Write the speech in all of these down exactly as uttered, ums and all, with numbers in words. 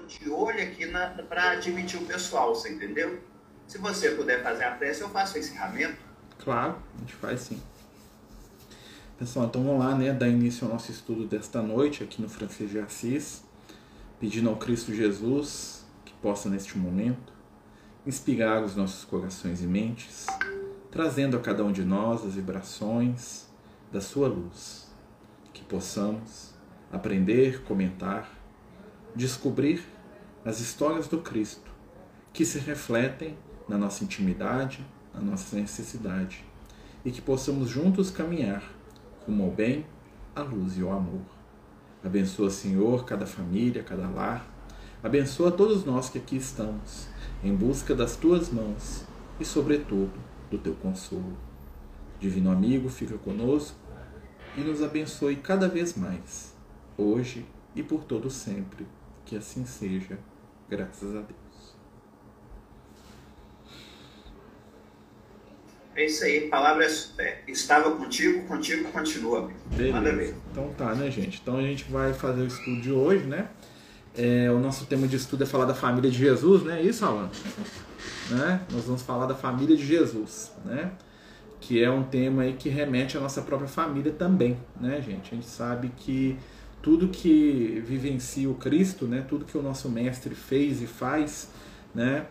de olho aqui para admitir o pessoal, você entendeu? Se você puder fazer a prece, eu faço o encerramento. Claro, a gente faz sim. Pessoal, então vamos lá, né, dar início ao nosso estudo desta noite aqui no Francisco de Assis, pedindo ao Cristo Jesus que possa neste momento inspirar os nossos corações e mentes, trazendo a cada um de nós as vibrações da sua luz, que possamos aprender, comentar, descobrir as histórias do Cristo que se refletem na nossa intimidade, na nossa necessidade, e que possamos juntos caminhar rumo ao bem, à luz e ao amor. Abençoa, Senhor, cada família, cada lar. Abençoa todos nós que aqui estamos, em busca das Tuas mãos e, sobretudo, do Teu consolo. Divino amigo, fica conosco e nos abençoe cada vez mais, hoje e por todo sempre. Que assim seja, graças a Deus. É isso aí, a palavra é, estava contigo, contigo continua, amigo. Manda ver. Então tá, né, gente? Então a gente vai fazer o estudo de hoje, né? É, o nosso tema de estudo é falar da família de Jesus, né? Isso, Alan? Né? Nós vamos falar da família de Jesus, né? Que é um tema aí que remete à nossa própria família também, né, gente? A gente sabe que tudo que vivencia o Cristo, né? Tudo que o nosso mestre fez e faz, né?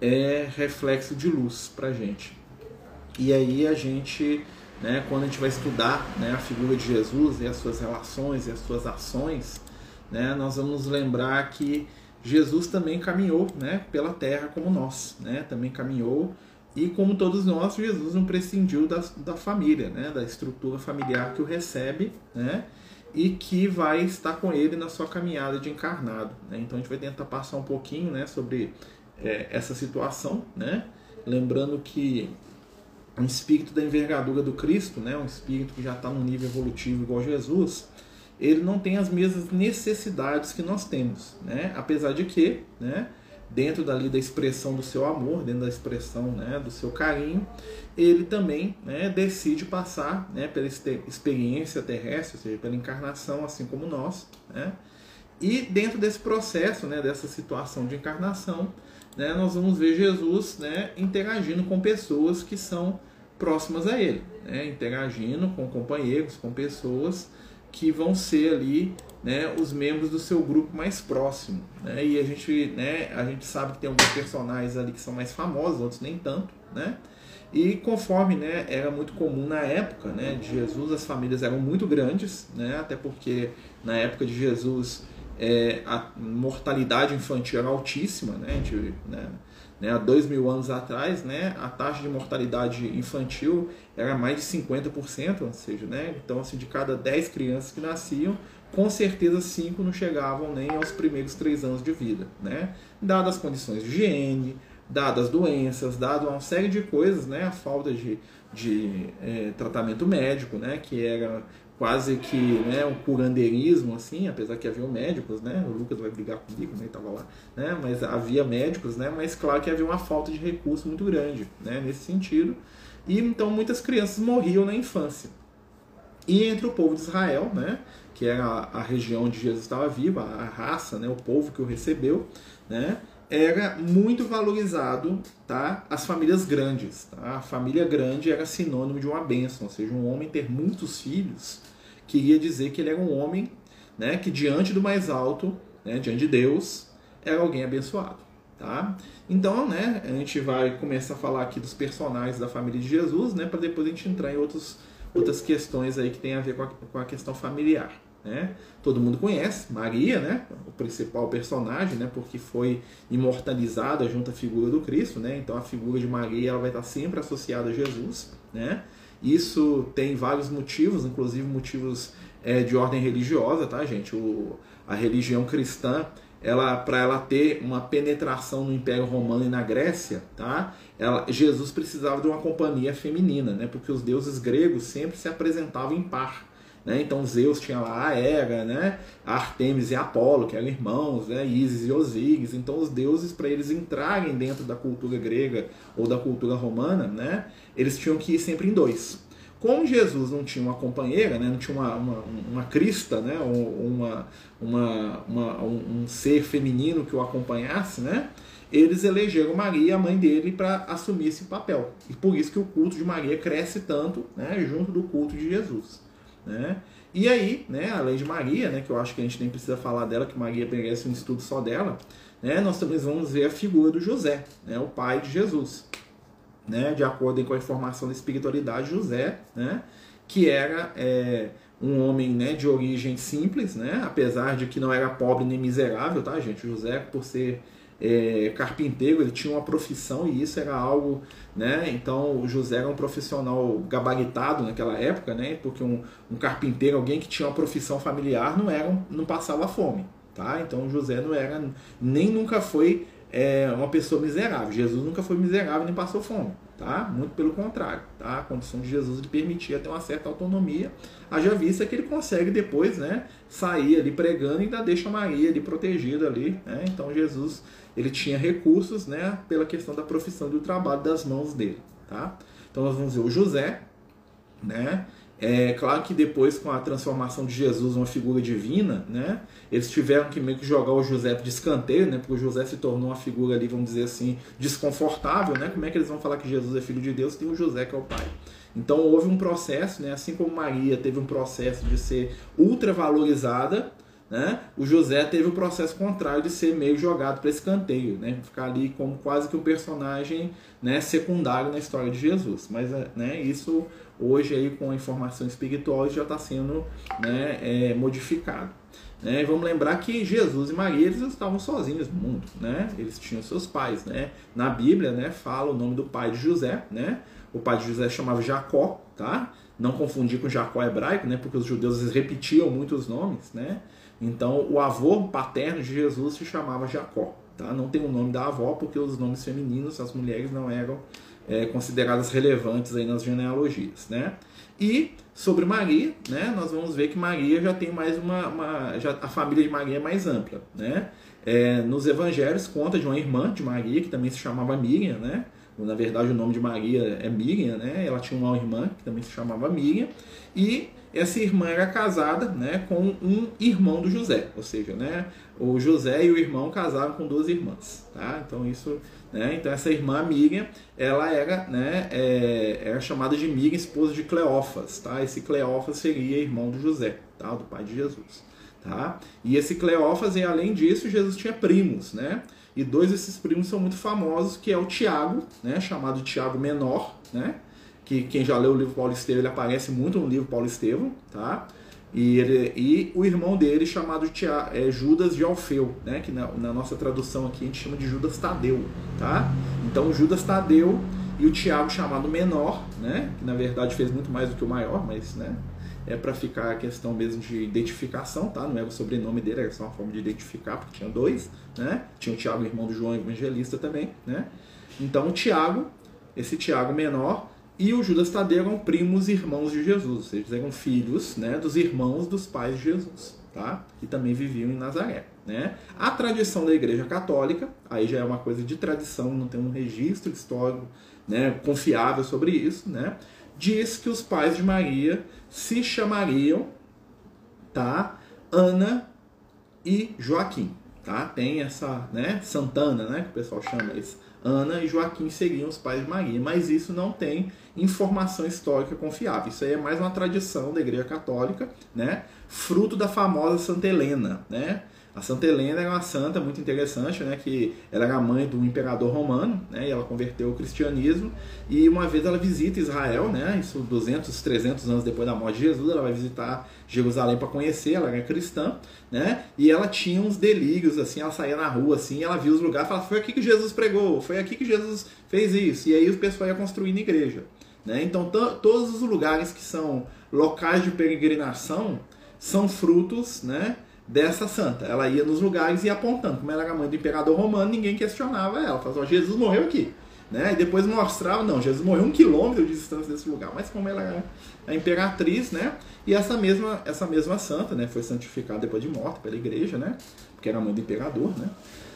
É reflexo de luz pra gente. E aí a gente, né, quando a gente vai estudar, né, a figura de Jesus e as suas relações e as suas ações, né, nós vamos nos lembrar que Jesus também caminhou, né, pela terra como nós, né, também caminhou, e como todos nós, Jesus não prescindiu da, da família, né, da estrutura familiar que o recebe, né, e que vai estar com ele na sua caminhada de encarnado, né. Então a gente vai tentar passar um pouquinho, né, sobre é, essa situação, né, lembrando que um espírito da envergadura do Cristo, né, um espírito que já está num nível evolutivo igual Jesus, ele não tem as mesmas necessidades que nós temos, né, apesar de que, né, dentro dali da expressão do seu amor, dentro da expressão, né, do seu carinho, ele também, né, decide passar, né, pela experiência terrestre, ou seja, pela encarnação, assim como nós, né, e dentro desse processo, né, dessa situação de encarnação, né, nós vamos ver Jesus, né, interagindo com pessoas que são próximas a ele, né, interagindo com companheiros, com pessoas que vão ser ali, né, os membros do seu grupo mais próximo, né, e a gente, né, a gente sabe que tem alguns personagens ali que são mais famosos, outros nem tanto, né, e conforme, né, era muito comum na época, né, de Jesus, as famílias eram muito grandes, né, até porque na época de Jesus é, a mortalidade infantil era altíssima, né, de, né, né, há dois mil anos atrás, né, a taxa de mortalidade infantil era mais de cinquenta por cento, ou seja, né, então assim, de cada dez crianças que nasciam, com certeza cinco não chegavam nem aos primeiros três anos de vida, né, dadas as condições de higiene, dadas as doenças, dada uma série de coisas, né, a falta de, de é, tratamento médico, né, que era quase que, né, um curandeirismo, assim, apesar que havia médicos, né, o Lucas vai brigar comigo, né, estava lá, né, mas havia médicos, né, mas claro que havia uma falta de recurso muito grande, né, nesse sentido, e então muitas crianças morriam na infância. E entre o povo de Israel, né, que era a, a região onde Jesus estava vivo, a, a raça, né, o povo que o recebeu, né, era muito valorizado, tá, as famílias grandes. Tá? A família grande era sinônimo de uma bênção, ou seja, um homem ter muitos filhos queria dizer que ele era um homem, né, que diante do mais alto, né, diante de Deus, era alguém abençoado. Tá? Então, né, a gente vai começar a falar aqui dos personagens da família de Jesus, né, para depois a gente entrar em outros, outras questões aí que tem a ver com a, com a questão familiar. Né? Todo mundo conhece Maria, né? O principal personagem, né? Porque foi imortalizada junto à figura do Cristo, né? Então a figura de Maria ela vai estar sempre associada a Jesus, né? Isso tem vários motivos, inclusive motivos é, de ordem religiosa, tá, gente? O, a religião cristã, ela, para ela ter uma penetração no Império Romano e na Grécia, tá? Ela, Jesus precisava de uma companhia feminina, né? Porque os deuses gregos sempre se apresentavam em par. Né? Então Zeus tinha lá a Hera, né? A Artemis e Apolo, que eram irmãos, né? Ísis e Osíris. Então os deuses, para eles entrarem dentro da cultura grega ou da cultura romana, né? Eles tinham que ir sempre em dois. Como Jesus não tinha uma companheira, né, não tinha uma, uma, uma crista, né, uma, uma, uma, um, um ser feminino que o acompanhasse, né, eles elegeram Maria, a mãe dele, para assumir esse papel. E por isso que o culto de Maria cresce tanto, né, junto do culto de Jesus. Né? E aí, né, além de Maria, né, que eu acho que a gente nem precisa falar dela, que Maria merece um estudo só dela, né, nós também vamos ver a figura do José, né, o pai de Jesus. Né, de acordo com a informação da espiritualidade, José, né, que era é, um homem, né, de origem simples, né, apesar de que não era pobre nem miserável, tá, gente? José, por ser é, carpinteiro, ele tinha uma profissão e isso era algo, né, então o José era um profissional gabaritado naquela época, né, porque um, um carpinteiro, alguém que tinha uma profissão familiar, não, era, não passava fome, tá? Então José não era, nem nunca foi é uma pessoa miserável. Jesus nunca foi miserável nem passou fome, tá? Muito pelo contrário, tá? A condição de Jesus lhe permitia ter uma certa autonomia, haja vista que ele consegue depois, né, sair ali pregando e ainda deixa Maria ali protegida ali, né? Então Jesus, ele tinha recursos, né, pela questão da profissão e do trabalho das mãos dele, tá? Então nós vamos ver o José, né? É claro que depois, com a transformação de Jesus uma figura divina, né, eles tiveram que meio que jogar o José de escanteio, né, porque o José se tornou uma figura ali, vamos dizer assim, desconfortável, né? Como é que eles vão falar que Jesus é filho de Deus? Tem o José que é o pai. Então houve um processo, né, assim como Maria teve um processo de ser ultra valorizada, né, o José teve o processo contrário de ser meio jogado para escanteio, né, ficar ali como quase que um personagem, né, secundário na história de Jesus. Mas, né, isso hoje aí com a informação espiritual já está sendo, né, é, modificado. Né? Vamos lembrar que Jesus e Maria, eles estavam sozinhos no mundo, né? Eles tinham seus pais, né? Na Bíblia, né, fala o nome do pai de José, né? O pai de José chamava Jacó, tá? Não confundir com Jacó hebraico, né? Porque os judeus repetiam muitos nomes, né? Então o avô paterno de Jesus se chamava Jacó, tá? Não tem o nome da avó porque os nomes femininos, as mulheres não eram é, consideradas relevantes aí nas genealogias, né? E sobre Maria, né, nós vamos ver que Maria já tem mais uma, uma já, a família de Maria é mais ampla, né? É, nos evangelhos conta de uma irmã de Maria que também se chamava Miriam, né? Na verdade o nome de Maria é Miriam, né? Ela tinha uma irmã que também se chamava Miriam e essa irmã era casada, né, com um irmão do José, ou seja, né, o José e o irmão casaram com duas irmãs, tá? Então isso, né, então essa irmã Miriam, ela era, né, é, era chamada de Miriam, esposa de Cleófas, tá? Esse Cleófas seria irmão do José, tá? Do pai de Jesus, tá? E esse Cleófas, e além disso, Jesus tinha primos, né? E dois desses primos são muito famosos, que é o Tiago, né, chamado Tiago Menor, né? Que quem já leu o livro Paulo Estevão, ele aparece muito no livro Paulo Estevão, tá? E, ele, e o irmão dele, chamado Tiago, é Judas de Alfeu, né? Que na, na nossa tradução aqui a gente chama de Judas Tadeu, tá? Então o Judas Tadeu e o Tiago, chamado Menor, né? Que na verdade fez muito mais do que o maior, mas, né, é para ficar a questão mesmo de identificação, tá? Não era o sobrenome dele, era só uma forma de identificar, porque tinha dois, né? Tinha o Tiago, irmão do João Evangelista também, né? Então o Tiago, esse Tiago Menor, e o Judas Tadeu eram primos irmãos de Jesus, ou seja, eles eram filhos, né, dos irmãos dos pais de Jesus, tá? E também viviam em Nazaré, né? A tradição da Igreja Católica, aí já é uma coisa de tradição, não tem um registro histórico, né, confiável sobre isso, né? Diz que os pais de Maria se chamariam, tá, Ana e Joaquim, tá? Tem essa, né, Santana, né, que o pessoal chama isso. Ana e Joaquim seriam os pais de Maria, mas isso não tem informação histórica confiável. Isso aí é mais uma tradição da Igreja Católica, né? Fruto da famosa Santa Helena, né? A Santa Helena era uma santa muito interessante, né? Que ela era mãe do imperador romano, né? E ela converteu ao cristianismo. E uma vez ela visita Israel, né? Isso duzentos, trezentos anos depois da morte de Jesus, ela vai visitar Jerusalém para conhecer. Ela era cristã, né? E ela tinha uns delírios, assim, ela saía na rua, assim, ela via os lugares e falava: foi aqui que Jesus pregou, foi aqui que Jesus fez isso. E aí o pessoal ia construindo igreja, né? Então todos os lugares que são locais de peregrinação são frutos, né, dessa santa. Ela ia nos lugares e ia apontando. Como ela era mãe do imperador romano, ninguém questionava ela. Falava: Jesus morreu aqui, né? E depois mostrava: não, Jesus morreu um quilômetro de distância desse lugar. Mas como ela era a imperatriz, né? E essa mesma, essa mesma santa, né, foi santificada depois de morta pela igreja, né? Porque era mãe do imperador, né?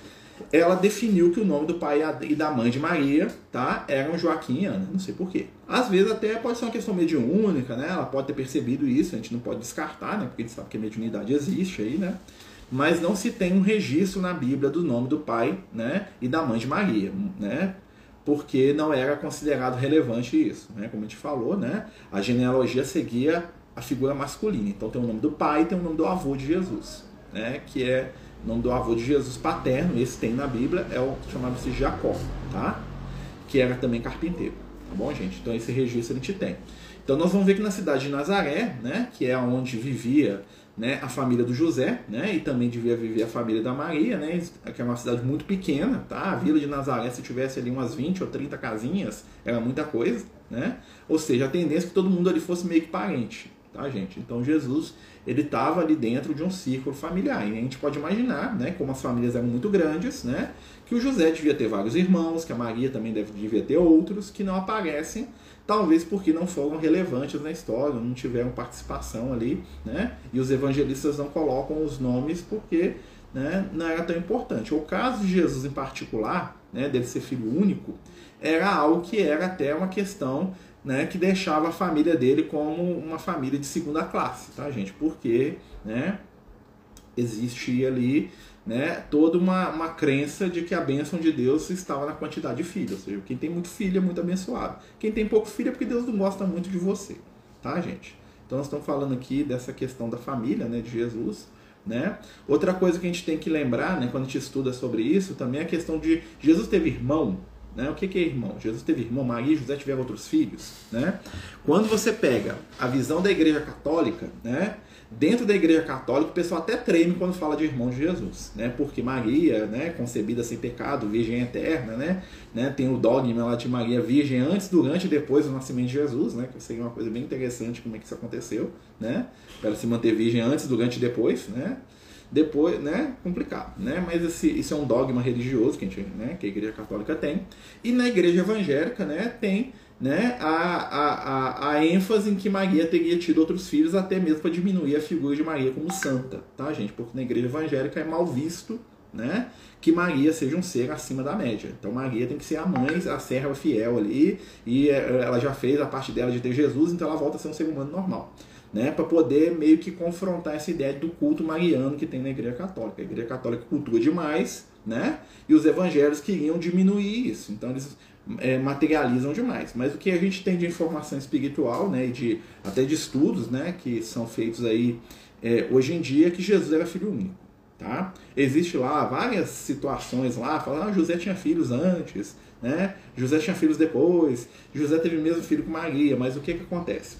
ela definiu que o nome do pai e da mãe de Maria, tá, eram Joaquim e Ana. Não sei porquê. Às vezes até pode ser uma questão mediúnica, né? Ela pode ter percebido isso, a gente não pode descartar, né? Porque a gente sabe que a mediunidade existe aí, né? Mas não se tem um registro na Bíblia do nome do pai, né, e da mãe de Maria, né? Porque não era considerado relevante isso, né? Como a gente falou, né? A genealogia seguia a figura masculina. Então tem o nome do pai e tem o nome do avô de Jesus, né? Que é o nome do avô de Jesus paterno, esse tem na Bíblia, é o chamado-se Jacó, tá? Que era também carpinteiro, tá bom, gente? Então esse registro a gente tem. Então nós vamos ver que na cidade de Nazaré, né, que é onde vivia, né, a família do José, né, e também devia viver a família da Maria, né, que é uma cidade muito pequena, tá? A vila de Nazaré, se tivesse ali umas vinte ou trinta casinhas, era muita coisa, né? Ou seja, a tendência é que todo mundo ali fosse meio que parente, tá, gente? Então Jesus, ele estava ali dentro de um círculo familiar, e a gente pode imaginar, né, como as famílias eram muito grandes, né, que o José devia ter vários irmãos, que a Maria também deve, devia ter outros, que não aparecem, talvez porque não foram relevantes na história, não tiveram participação ali, né? E os evangelistas não colocam os nomes porque, né, não era tão importante. O caso de Jesus em particular, né, dele ser filho único, era algo que era até uma questão, né, que deixava a família dele como uma família de segunda classe, tá, gente? Porque, né, existia ali, né, toda uma, uma crença de que a bênção de Deus estava na quantidade de filhos. Ou seja, quem tem muito filho é muito abençoado. Quem tem pouco filho é porque Deus não gosta muito de você, tá, gente? Então nós estamos falando aqui dessa questão da família, né, de Jesus, né? Outra coisa que a gente tem que lembrar, né, quando a gente estuda sobre isso, também é a questão de Jesus teve irmão, né? O que é irmão? Jesus teve irmão, Maria e José tiveram outros filhos, né? Quando você pega a visão da Igreja Católica, né, dentro da Igreja Católica, o pessoal até treme quando fala de irmão de Jesus, né? Porque Maria, né, concebida sem pecado, virgem eterna, né? né? Tem o dogma lá de Maria virgem antes, durante e depois do nascimento de Jesus, né? Que seria uma coisa bem interessante como é que isso aconteceu, né? Para ela se manter virgem antes, durante e depois, né? Depois, né? Complicado, né? Mas esse, isso é um dogma religioso que a gente, né, que a Igreja Católica tem. E na Igreja Evangélica, né, tem, né, a, a, a, a ênfase em que Maria teria tido outros filhos, até mesmo para diminuir a figura de Maria como santa, tá, gente? Porque na Igreja Evangélica é mal visto, né, que Maria seja um ser acima da média. Então Maria tem que ser a mãe, a serva fiel ali, e ela já fez a parte dela de ter Jesus, então ela volta a ser um ser humano normal, né, para poder meio que confrontar essa ideia do culto mariano que tem na Igreja Católica. A Igreja Católica cultua demais, né, e os evangélicos queriam diminuir isso, então eles é, materializam demais. Mas o que a gente tem de informação espiritual, né, e de, até de estudos, né, que são feitos aí é, hoje em dia, é que Jesus era filho único, tá? Existe lá várias situações lá, falando, ah, José tinha filhos antes, né, José tinha filhos depois, José teve o mesmo filho com Maria, mas o que que acontece?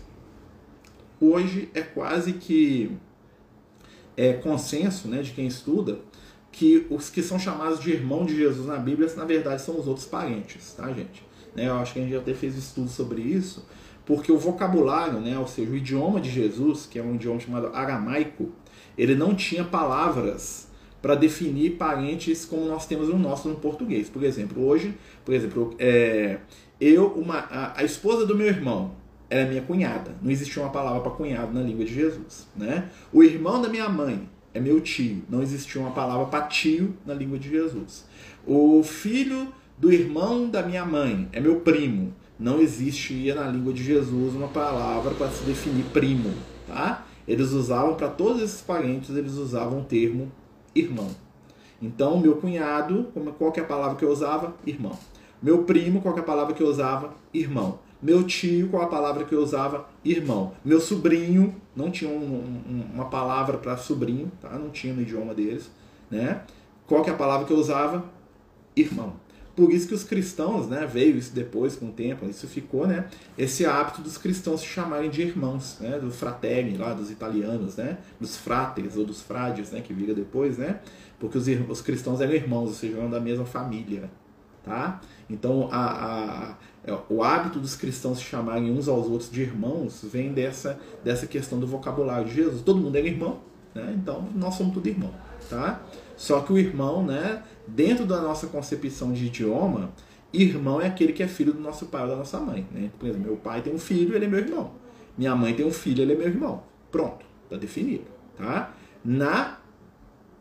Hoje é quase que é, consenso, né, de quem estuda, que os que são chamados de irmão de Jesus na Bíblia, na verdade, são os outros parentes, tá, gente? Né, eu acho que a gente já até fez estudo sobre isso, porque o vocabulário, né, ou seja, o idioma de Jesus, que é um idioma chamado aramaico, ele não tinha palavras para definir parentes como nós temos no nosso no português. Por exemplo, hoje, por exemplo, é, eu, uma, a, a esposa do meu irmão, ela é minha cunhada. Não existia uma palavra para cunhado na língua de Jesus, né? O irmão da minha mãe é meu tio. Não existia uma palavra para tio na língua de Jesus. O filho do irmão da minha mãe é meu primo. Não existia na língua de Jesus uma palavra para se definir primo, tá? Eles usavam, para todos esses parentes, eles usavam o termo irmão. Então, meu cunhado, qual que é a palavra que eu usava? Irmão. Meu primo, qual que é a palavra que eu usava? Irmão. Meu tio, qual a palavra que eu usava? Irmão. Meu sobrinho, não tinha um, um, uma palavra para sobrinho, tá? Não tinha no idioma deles, né? Qual que é a palavra que eu usava? Irmão. Por isso que os cristãos, né, veio isso depois, com o tempo, isso ficou, né, esse hábito dos cristãos se chamarem de irmãos, né, do fratelli, lá dos italianos, né, dos fratres ou dos frades, né, que vira depois, né, porque os, os cristãos eram irmãos, ou seja, eram da mesma família, tá? Então, a, a, o hábito dos cristãos se chamarem uns aos outros de irmãos vem dessa, dessa questão do vocabulário de Jesus. Todo mundo era irmão, né? Então nós somos tudo irmão, tá? Só que o irmão, né, dentro da nossa concepção de idioma, irmão é aquele que é filho do nosso pai ou da nossa mãe, né? Por exemplo, meu pai tem um filho, ele é meu irmão. Minha mãe tem um filho, ele é meu irmão. Pronto, tá definido, tá? Na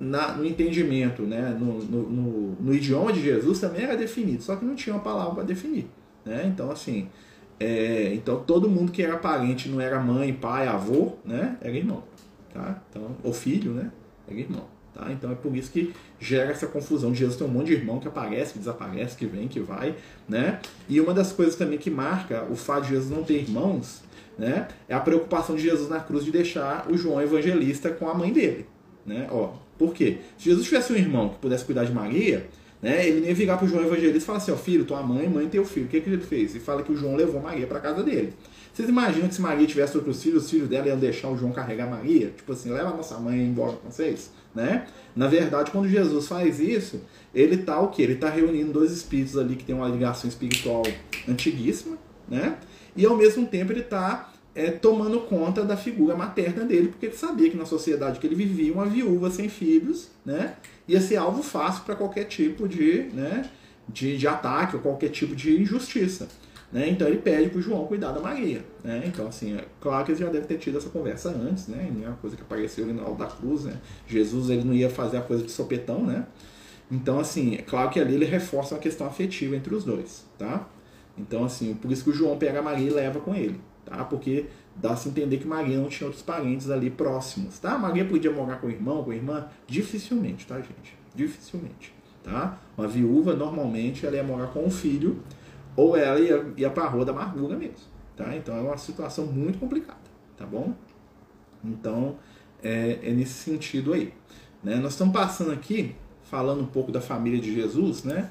na, no entendimento, né, no, no, no, no idioma de Jesus também era definido, só que não tinha uma palavra para definir, né? Então, assim, é, então todo mundo que era parente não era mãe, pai, avô, né, era irmão, tá? Então, ou filho, né, era irmão, tá? Então é por isso que gera essa confusão. Jesus tem um monte de irmão que aparece, que desaparece, que vem, que vai, né? E uma das coisas também que marca o fato de Jesus não ter irmãos, né, é a preocupação de Jesus na cruz de deixar o João Evangelista com a mãe dele, né? Ó, por quê? Se Jesus tivesse um irmão que pudesse cuidar de Maria, né, ele ia virar para o João Evangelista e falar assim, ó, filho, tua mãe, mãe, teu filho. O que, que ele fez? E fala que o João levou Maria para casa dele. Vocês imaginam que se Maria tivesse outros filhos, os filhos dela iam deixar o João carregar Maria? Tipo assim, leva a nossa mãe embora com vocês, né? Na verdade, quando Jesus faz isso, ele tá o quê? Ele tá reunindo dois espíritos ali que tem uma ligação espiritual antiguíssima, né? E ao mesmo tempo ele tá é, tomando conta da figura materna dele, porque ele sabia que na sociedade que ele vivia, uma viúva sem filhos, né, ia ser alvo fácil para qualquer tipo de, né, de, de ataque ou qualquer tipo de injustiça, né? Então ele pede para o João cuidar da Maria, né? Então, assim, é claro que eles já devem ter tido essa conversa antes, né? Não é uma coisa que apareceu ali no alto da cruz, né? Jesus, ele não ia fazer a coisa de sopetão, né? Então, assim, é claro que ali ele reforça uma questão afetiva entre os dois, tá? Então, assim, por isso que o João pega a Maria e leva com ele, tá? Porque dá-se a entender que Maria não tinha outros parentes ali próximos, tá? Maria podia morar com o irmão, com a irmã? Dificilmente, tá, gente? Dificilmente, tá? Uma viúva, normalmente, ela ia morar com um filho, ou ela ia, ia pra rua da amargura mesmo, tá? Então, é uma situação muito complicada, tá bom? Então, é, é nesse sentido aí, né? Nós estamos passando aqui, falando um pouco da família de Jesus, né?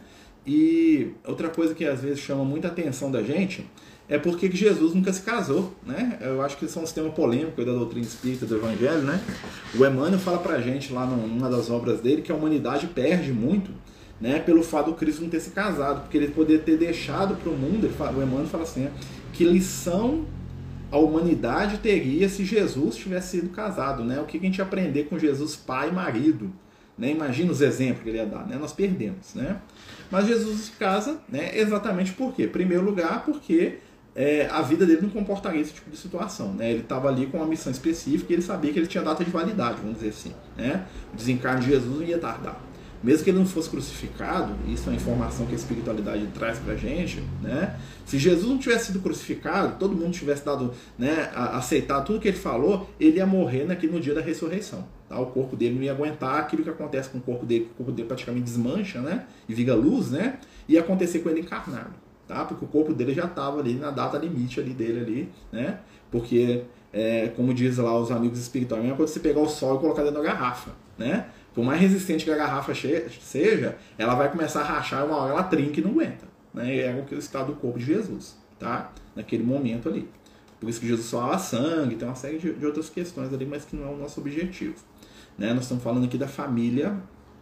E outra coisa que às vezes chama muita atenção da gente é porque Jesus nunca se casou, né? Eu acho que isso é um sistema polêmico da doutrina espírita do Evangelho, né? O Emmanuel fala pra gente lá numa das obras dele que a humanidade perde muito, né, pelo fato do Cristo não ter se casado, porque ele poderia ter deixado para o mundo, ele fala, o Emmanuel fala assim, né, que lição a humanidade teria se Jesus tivesse sido casado, né? O que a gente ia aprender com Jesus pai e marido? Né? Imagina os exemplos que ele ia dar, né? Nós perdemos, né? Mas Jesus se casa, né, exatamente por quê? Em primeiro lugar, porque é, a vida dele não comportaria esse tipo de situação, né? Ele estava ali com uma missão específica e ele sabia que ele tinha data de validade, vamos dizer assim, né? O desencarne de Jesus não ia tardar. Mesmo que ele não fosse crucificado, isso é uma informação que a espiritualidade traz pra gente, né? Se Jesus não tivesse sido crucificado, todo mundo tivesse dado, né, a aceitar tudo que ele falou, ele ia morrer naquele, no dia da ressurreição. Tá? O corpo dele não ia aguentar aquilo que acontece com o corpo dele, que o corpo dele praticamente desmancha, né? E vira luz, né? Ia acontecer com ele encarnado, tá? Porque o corpo dele já estava ali na data limite ali dele ali, né? Porque, é, como diz lá os amigos espirituais, é quando você pegar o sol e colocar dentro da garrafa, né? Por mais resistente que a garrafa seja, ela vai começar a rachar e uma hora ela trinca e não aguenta. Né? E é o estado do corpo de Jesus, tá? Naquele momento ali. Por isso que Jesus falava sangue, tem uma série de, de outras questões ali, mas que não é o nosso objetivo. Né? Nós estamos falando aqui da família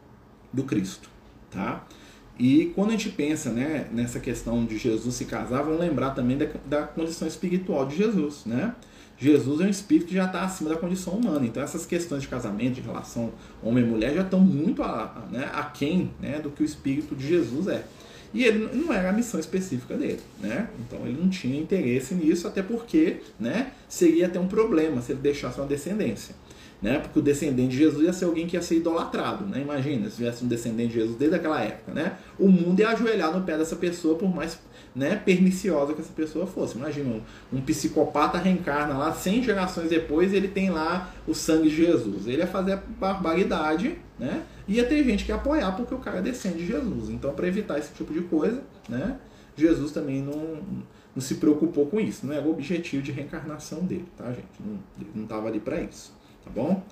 do Cristo, tá? E quando a gente pensa, né, nessa questão de Jesus se casar, vamos lembrar também da, da condição espiritual de Jesus, né? Jesus é um espírito que já está acima da condição humana. Então essas questões de casamento, de relação homem e mulher já estão muito a, né, aquém, né, do que o espírito de Jesus é. E ele não era a missão específica dele, né? Então ele não tinha interesse nisso, até porque, né, seria até um problema se ele deixasse uma descendência. Né? Porque o descendente de Jesus ia ser alguém que ia ser idolatrado, né? Imagina, se tivesse um descendente de Jesus desde aquela época, né? O mundo ia ajoelhar no pé dessa pessoa, por mais, né, perniciosa que essa pessoa fosse. Imagina, um, um psicopata reencarna lá cem gerações depois e ele tem lá o sangue de Jesus. Ele ia fazer a barbaridade, né? Ia ter gente que ia apoiar porque o cara descende de Jesus. Então, para evitar esse tipo de coisa, né, Jesus também não, não se preocupou com isso. Não era o objetivo de reencarnação dele, tá, gente? Não, ele não estava ali para isso. Tá bom?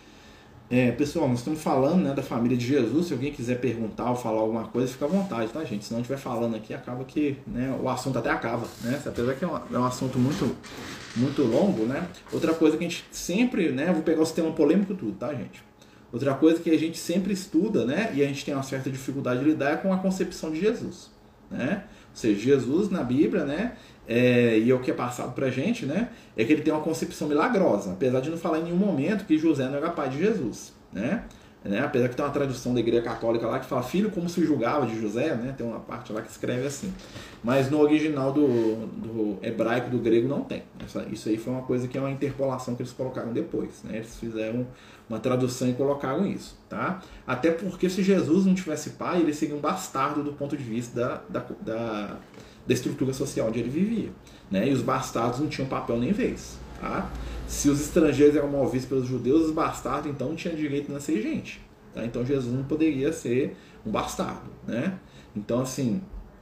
É, pessoal, nós estamos falando, né, da família de Jesus. Se alguém quiser perguntar ou falar alguma coisa, fica à vontade, tá, gente? Se não estiver falando aqui, acaba que, né, o assunto até acaba, né? Apesar que é um, é um assunto muito, muito longo, né? Outra coisa que a gente sempre, né, eu vou pegar o sistema polêmico tudo, tá, gente? Outra coisa que a gente sempre estuda, né, e a gente tem uma certa dificuldade de lidar é com a concepção de Jesus, né? Ou seja, Jesus na Bíblia, né, é, e é o que é passado pra gente, né, é que ele tem uma concepção milagrosa, apesar de não falar em nenhum momento que José não era pai de Jesus, né? Né? Apesar que tem uma tradução da Igreja Católica lá que fala filho como se julgava de José, né? Tem uma parte lá que escreve assim. Mas no original do, do hebraico, do grego, não tem. Essa, isso aí foi uma coisa que é uma interpolação que eles colocaram depois. Né? Eles fizeram uma tradução e colocaram isso. Tá? Até porque se Jesus não tivesse pai, ele seria um bastardo do ponto de vista da, da, da, da estrutura social onde ele vivia. Né? E os bastardos não tinham papel nem vez. Tá? Se os estrangeiros eram mal vistos pelos judeus, os bastardos então não tinham direito a nascer gente. Tá? Então Jesus não poderia ser um bastardo. Né? Então assim,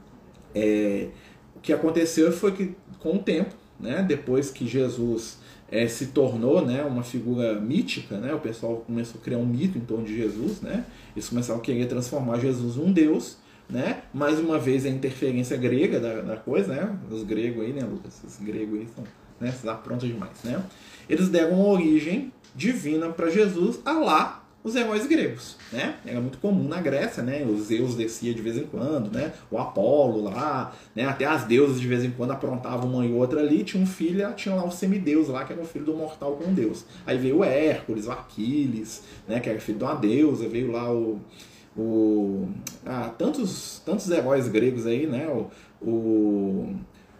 é, o que aconteceu foi que com o tempo, né, depois que Jesus é, se tornou, né, uma figura mítica, né, o pessoal começou a criar um mito em torno de Jesus, né, eles começaram a querer transformar Jesus num deus. Né? Mais uma vez a interferência grega da, da coisa, né? Os gregos aí, né, Lucas? Esses gregos aí são, né, aprontam demais, né? Eles deram uma origem divina para Jesus a lá os heróis gregos, né? Era muito comum na Grécia, né? Os Zeus descia de vez em quando, né? O Apolo lá, né? Até as deusas de vez em quando aprontavam uma e outra ali. Tinha um filho, tinha lá o semideus lá, que era o filho do mortal com Deus. Aí veio o Hércules, o Aquiles, né? Que era filho de uma deusa. Veio lá o... o ah, tantos, tantos heróis gregos aí, né? O... o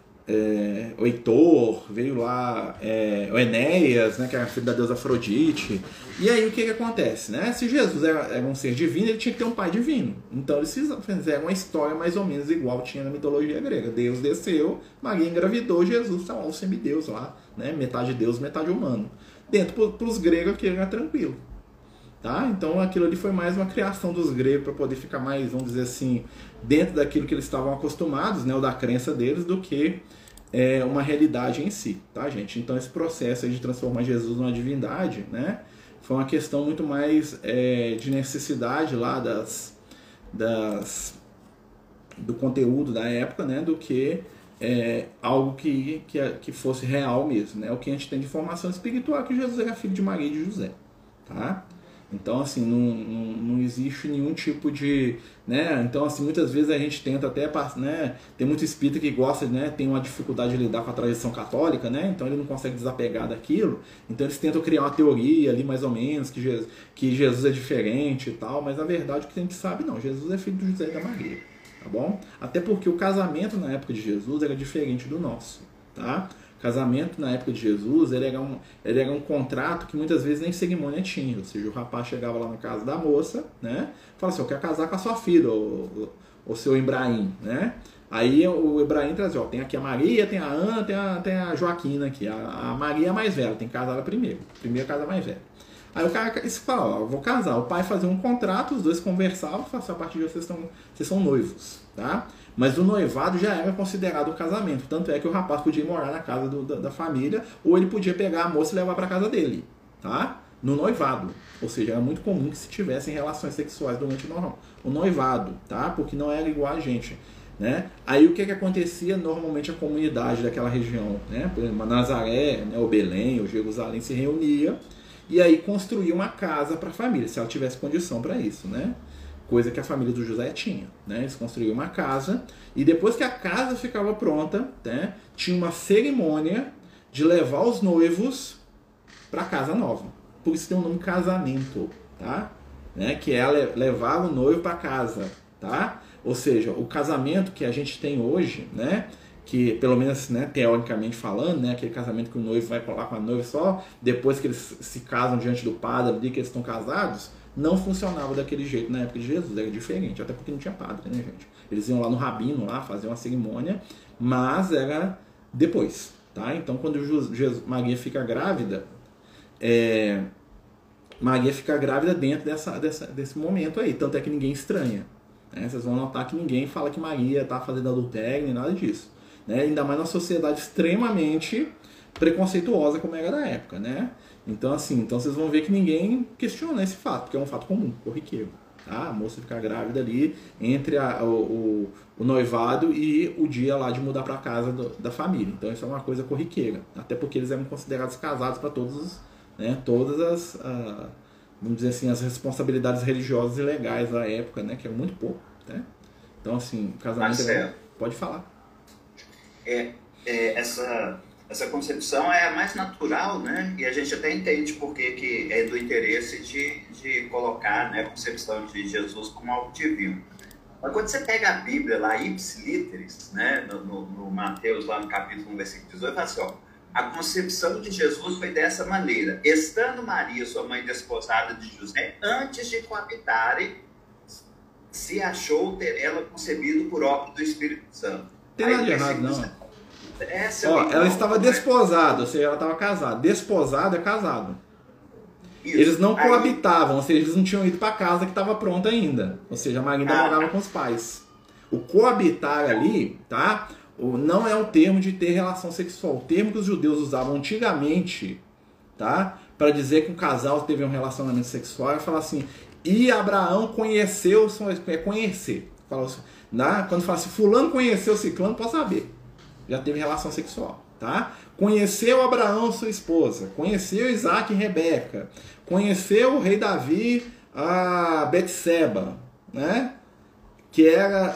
É, o Heitor, veio lá é, o Enéas, né, que era filho da deusa Afrodite. E aí o que, que acontece? Né? Se Jesus era, era um ser divino, ele tinha que ter um pai divino. Então eles fizeram uma história mais ou menos igual tinha na mitologia grega. Deus desceu, Maria engravidou, Jesus está lá, o semideus lá, né? Metade Deus, metade humano. Dentro para os gregos aquilo era tranquilo. Tá? Então aquilo ali foi mais uma criação dos gregos para poder ficar mais, vamos dizer assim, dentro daquilo que eles estavam acostumados, né, ou da crença deles, do que é, uma realidade em si, tá, gente? Então esse processo aí de transformar Jesus numa divindade, né, foi uma questão muito mais é, de necessidade lá das, das, do conteúdo da época, né, do que é, algo que, que, que fosse real mesmo, né? O que a gente tem de informação espiritual é que Jesus era filho de Maria e de José, tá? Então, assim, não, não, não existe nenhum tipo de... Né? Então, assim, muitas vezes a gente tenta até... Né? Tem muito espírita que gosta, né? Tem uma dificuldade de lidar com a tradição católica, né? Então ele não consegue desapegar daquilo. Então eles tentam criar uma teoria ali, mais ou menos, que Jesus, que Jesus é diferente e tal. Mas, na verdade, o que a gente sabe, não. Jesus é filho de José e da Maria, tá bom? Até porque o casamento na época de Jesus era diferente do nosso, tá? Casamento na época de Jesus, ele era, um, ele era um contrato que muitas vezes nem cerimônia tinha. Ou seja, o rapaz chegava lá na casa da moça, né? Falava assim, eu quero casar com a sua filha, o, o, o seu Ibrahim, né? Aí o Ibrahim trazia, ó, tem aqui a Maria, tem a Ana, tem a, tem a Joaquina aqui. A, a Maria é a mais velha, tem que casar ela primeiro. Primeiro casa mais velha. Aí o cara se fala, ó, eu vou casar. O pai fazia um contrato, os dois conversavam, falavam assim, a partir de hoje vocês, estão, vocês são noivos, tá? Mas o noivado já era considerado o casamento. Tanto é que o rapaz podia ir morar na casa do, da, da família, ou ele podia pegar a moça e levar para casa dele, tá? No noivado. Ou seja, era muito comum que se tivessem relações sexuais durante o normal. O noivado, tá? Porque não era igual a gente, né? Aí o que que acontecia? Normalmente a comunidade daquela região, né? Por exemplo, Nazaré, né? ou Belém, ou Jerusalém se reunia e aí construía uma casa para a família, se ela tivesse condição para isso, né? Coisa que a família do José tinha, né? Eles construíam uma casa e depois que a casa ficava pronta, né? Tinha uma cerimônia de levar os noivos para a casa nova. Por isso tem o nome casamento, tá? Né? Que é levar o noivo para casa, tá? Ou seja, o casamento que a gente tem hoje, né? Que pelo menos, né, teoricamente falando, né, aquele casamento que o noivo vai colar com a noiva só depois que eles se casam diante do padre, ali que eles estão casados, não funcionava daquele jeito na época de Jesus, era diferente, até porque não tinha padre, né, gente? Eles iam lá no rabino, lá, fazer uma cerimônia, mas era depois, tá? Então, quando Jesus, Maria fica grávida, é, Maria fica grávida dentro dessa, dessa, desse momento aí, tanto é que ninguém estranha, né? Vocês vão notar que ninguém fala que Maria está fazendo adultério, nem nada disso, né? Ainda mais numa sociedade extremamente preconceituosa como era da época, né? Então, assim, então vocês vão ver que ninguém questiona esse fato, porque é um fato comum, corriqueiro. Tá? A moça ficar grávida ali entre a, o, o, o noivado e o dia lá de mudar para casa do, da família. Então isso é uma coisa corriqueira. Até porque eles eram considerados casados para todos, né, todas as, a, vamos dizer assim, as responsabilidades religiosas e legais da época, né, que era muito pouco. Né? Então, assim, o casamento... Marcelo, Pode falar. É, é, essa... Essa concepção é a mais natural, né? E a gente até entende por que que é do interesse de, de colocar, né, a concepção de Jesus como algo divino. Mas quando você pega a Bíblia lá, ipsiliteris, né, no, no, no Mateus, lá no capítulo um, versículo dezoito, fala assim, ó, a concepção de Jesus foi dessa maneira: estando Maria, sua mãe, desposada de José, antes de coabitarem, se achou ter ela concebido por obra do Espírito Santo. Tem nada de errado, não. Essa Ó, é ela bom, estava né? desposada, ou seja, ela estava casada. Desposado é casado. Isso. Eles não Aí- coabitavam, ou seja, eles não tinham ido para casa que estava pronta ainda. Ou seja, a Maria ainda Ah. morava com os pais. O coabitar ali, tá? O- Não é o termo de ter relação sexual. O termo que os judeus usavam antigamente, tá? Para dizer que um casal teve um relacionamento sexual, é falar assim, e Abraão conheceu, é conhecer. Fala assim, né? Quando fala assim, fulano conheceu ciclano, pode saber. Já teve relação sexual, tá? Conheceu Abraão, sua esposa. Conheceu Isaac e Rebeca. Conheceu o rei Davi, a Betseba, né? Que era...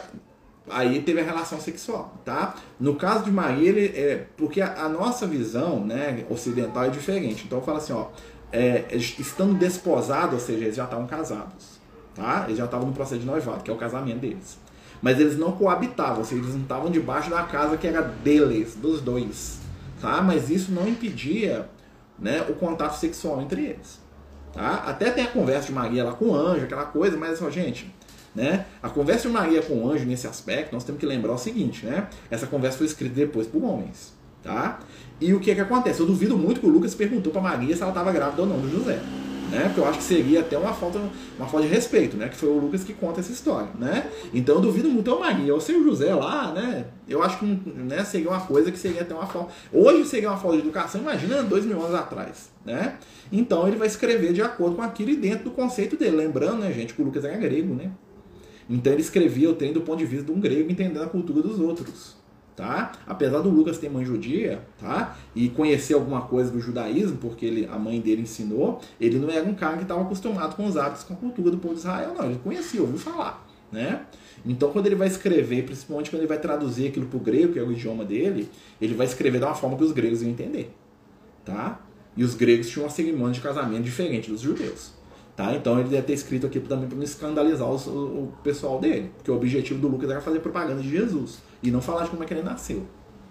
Aí teve a relação sexual, tá? No caso de Maria, ele, é, porque a, a nossa visão, né, ocidental é diferente. Então fala assim, ó, é, estando desposados, ou seja, eles já estavam casados, tá? Eles já estavam no processo de noivado, que é o casamento deles. Mas eles não coabitavam, ou seja, eles não estavam debaixo da casa que era deles, dos dois, tá? Mas isso não impedia, né, o contato sexual entre eles, tá? Até tem a conversa de Maria lá com o anjo, aquela coisa, mas assim, ó, gente, né, a conversa de Maria com o anjo nesse aspecto, nós temos que lembrar o seguinte, né? Essa conversa foi escrita depois por homens, tá? E o que que acontece? Eu duvido muito que o Lucas perguntou para Maria se ela estava grávida ou não do José, né? Porque eu acho que seria até uma falta, uma falta de respeito, né? Que foi o Lucas que conta essa história, né? Então eu duvido muito a Maria, ou seja, o José lá, né? Eu acho que, né, seria uma coisa que seria até uma falta. Hoje seria uma falta de educação, imagina dois mil anos atrás, né? Então ele vai escrever de acordo com aquilo e dentro do conceito dele, lembrando, né, gente, que o Lucas era grego, né? Então ele escrevia o trem do ponto de vista de um grego, entendendo a cultura dos outros, tá? Apesar do Lucas ter mãe judia, tá? E conhecer alguma coisa do judaísmo, porque ele, a mãe dele ensinou, ele não era um cara que estava acostumado com os hábitos, com a cultura do povo de Israel, não. Ele conhecia, ouviu falar, né? Então quando ele vai escrever, principalmente quando ele vai traduzir aquilo para o grego, que é o idioma dele, ele vai escrever de uma forma que os gregos iam entender, tá? E os gregos tinham uma cerimônia de casamento diferente dos judeus. Tá? Então ele deve ter escrito aqui também para não escandalizar os, o, o pessoal dele. Porque o objetivo do Lucas era fazer propaganda de Jesus. E não falar de como é que ele nasceu.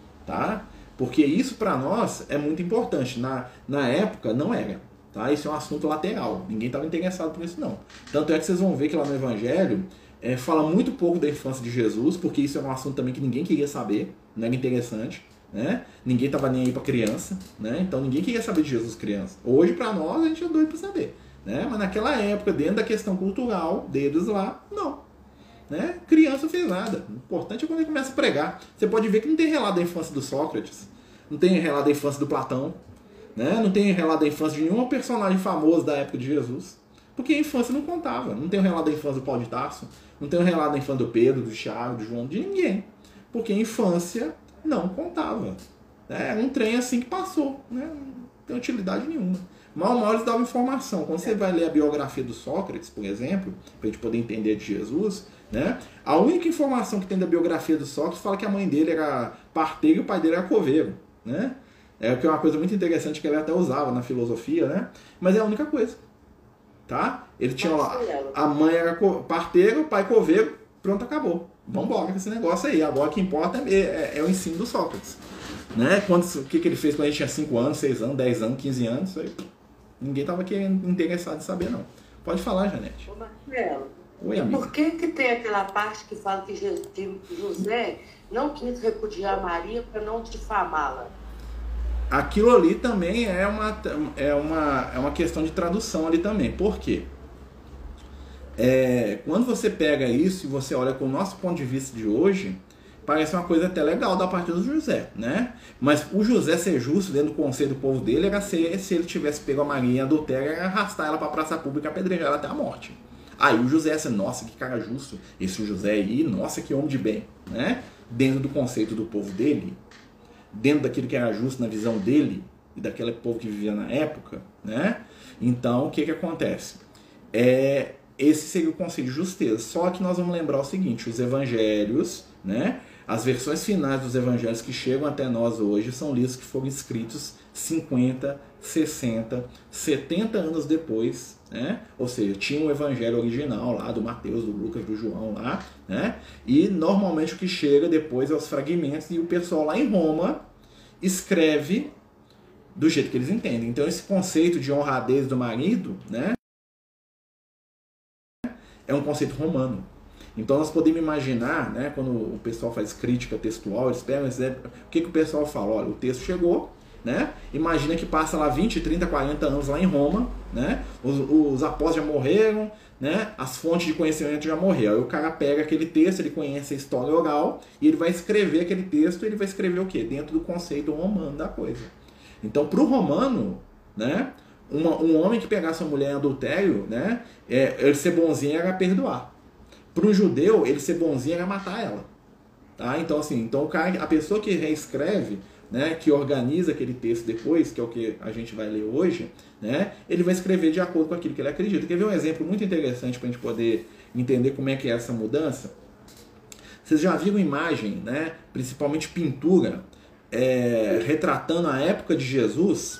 Tá? Porque isso para nós é muito importante. Na, na época não era. Tá? Isso é um assunto lateral. Ninguém estava interessado por isso não. Tanto é que vocês vão ver que lá no Evangelho é, fala muito pouco da infância de Jesus. Porque isso é um assunto também que ninguém queria saber. Não era interessante. Né? Ninguém estava nem aí para criança. Né? Então ninguém queria saber de Jesus criança. Hoje para nós a gente é doido para saber. Né? Mas naquela época, dentro da questão cultural deles lá, não. Né? Criança não fez nada. O importante é quando ele começa a pregar. Você pode ver que não tem relato da infância do Sócrates, não tem relato da infância do Platão, né? Não tem relato da infância de nenhum personagem famoso da época de Jesus, porque a infância não contava. Não tem o relato da infância do Paulo de Tarso, não tem o relato da infância do Pedro, do Thiago, do João, de ninguém, porque a infância não contava. É um trem assim que passou, né? Não tem utilidade nenhuma. Mal mal eles davam informação. Quando você vai ler a biografia do Sócrates, por exemplo, para a gente poder entender de Jesus, né? A única informação que tem da biografia do Sócrates fala que a mãe dele era parteira e o pai dele era coveiro, né? É que é uma coisa muito interessante que ele até usava na filosofia, né? Mas é a única coisa, tá? Ele tinha lá, a mãe era parteira, o pai coveiro, pronto, acabou. Vamos embora com esse negócio aí. Agora o que importa é, é, é o ensino do Sócrates, né? Quando, o que, que ele fez quando ele tinha cinco anos, seis anos, dez anos, quinze anos, isso aí, ninguém estava interessado em saber, não. Pode falar, Janete. Ô, Marcelo, Oi, e amiga. por que que tem aquela parte que fala que Je- que José não quis repudiar Maria para não difamá-la? Aquilo ali também é uma, é, uma, é uma questão de tradução ali também. Por quê? É, quando você pega isso e você olha com o nosso ponto de vista de hoje, parece uma coisa até legal da parte do José, né? Mas o José ser justo dentro do conselho do povo dele era ser, se ele tivesse pego a Maria em adultério, era arrastar ela para a praça pública e apedrejar ela até a morte. Aí o José assim, nossa, que cara justo, esse José aí, nossa, que homem de bem, né? Dentro do conceito do povo dele, dentro daquilo que era justo na visão dele e daquele povo que vivia na época, né? Então, o que que acontece? É, esse seria o conceito de justeza. Só que nós vamos lembrar o seguinte, os evangelhos, né, as versões finais dos evangelhos que chegam até nós hoje são livros que foram escritos cinquenta, sessenta, setenta anos depois, né? Ou seja, tinha o evangelho original lá do Mateus, do Lucas, do João lá, né? E normalmente o que chega depois é os fragmentos e o pessoal lá em Roma escreve do jeito que eles entendem. Então esse conceito de honradez do marido, né, é um conceito romano. Então nós podemos imaginar, né, quando o pessoal faz crítica textual, eles pegam esse exemplo, o que, que o pessoal fala? Olha, o texto chegou, né? Imagina que passa lá vinte, trinta, quarenta anos lá em Roma, né? Os, os apóstolos já morreram, né? As fontes de conhecimento já morreram. Aí o cara pega aquele texto, ele conhece a história oral e ele vai escrever aquele texto, ele vai escrever o quê? Dentro do conceito romano da coisa. Então, para o romano, né, uma, um homem que pegasse uma mulher em adultério, né, é, ele ser bonzinho era perdoar. Para um judeu, ele ser bonzinho era matar ela. Tá? Então, assim, então o cara, a pessoa que reescreve, né, que organiza aquele texto depois, que é o que a gente vai ler hoje, né, ele vai escrever de acordo com aquilo que ele acredita. Quer ver um exemplo muito interessante para a gente poder entender como é que é essa mudança? Vocês já viram imagem, né, principalmente pintura, é, retratando a época de Jesus,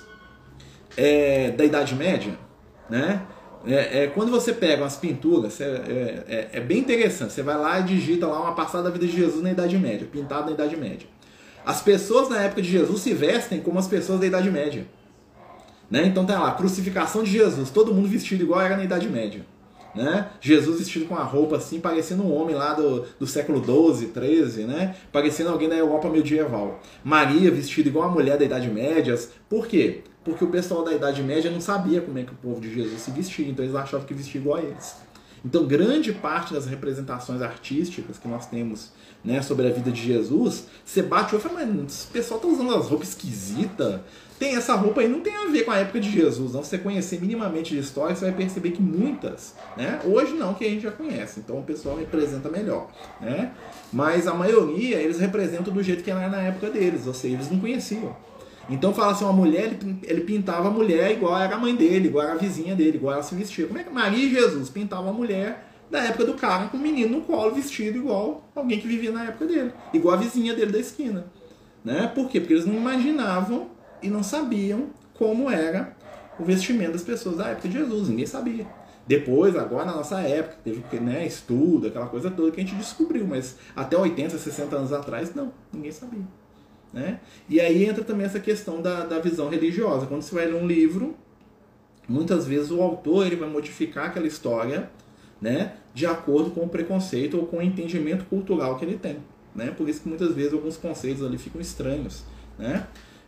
é, da Idade Média, né? É, é, quando você pega umas pinturas, é, é, é bem interessante. Você vai lá e digita lá uma passada da vida de Jesus na Idade Média, pintado na Idade Média. As pessoas na época de Jesus se vestem como as pessoas da Idade Média, né? Então tá lá, crucificação de Jesus, todo mundo vestido igual era na Idade Média, né? Jesus vestido com a roupa assim, parecendo um homem lá do, do século doze, treze, né? Parecendo alguém da Europa medieval. Maria vestida igual a mulher da Idade Média. Por quê? Porque o pessoal da Idade Média não sabia como é que o povo de Jesus se vestia, então eles achavam que vestia igual a eles. Então grande parte das representações artísticas que nós temos, né, sobre a vida de Jesus, você bate o olho e fala, mas esse pessoal tá usando umas roupas esquisitas. Tem essa roupa aí, não tem a ver com a época de Jesus, não. Se você conhecer minimamente de história, você vai perceber que muitas, né, hoje não, que a gente já conhece, então o pessoal representa melhor, né? Mas a maioria, eles representam do jeito que era na época deles, ou seja, eles não conheciam. Então fala assim, uma mulher, ele, ele pintava a mulher igual era a mãe dele, igual era a vizinha dele, igual ela se vestia. Como é que Maria e Jesus pintavam a mulher da época do cara com o menino no colo, vestido igual alguém que vivia na época dele, igual a vizinha dele da esquina, né? Por quê? Porque eles não imaginavam e não sabiam como era o vestimento das pessoas da época de Jesus, ninguém sabia. Depois, agora na nossa época, teve, né, estudo, aquela coisa toda que a gente descobriu, mas até oitenta, sessenta anos atrás, não, ninguém sabia. Né? E aí entra também essa questão da, da visão religiosa. Quando você vai ler um livro, muitas vezes o autor ele vai modificar aquela história, né, de acordo com o preconceito ou com o entendimento cultural que ele tem. Né? Por isso que muitas vezes alguns conceitos ali ficam estranhos. Né?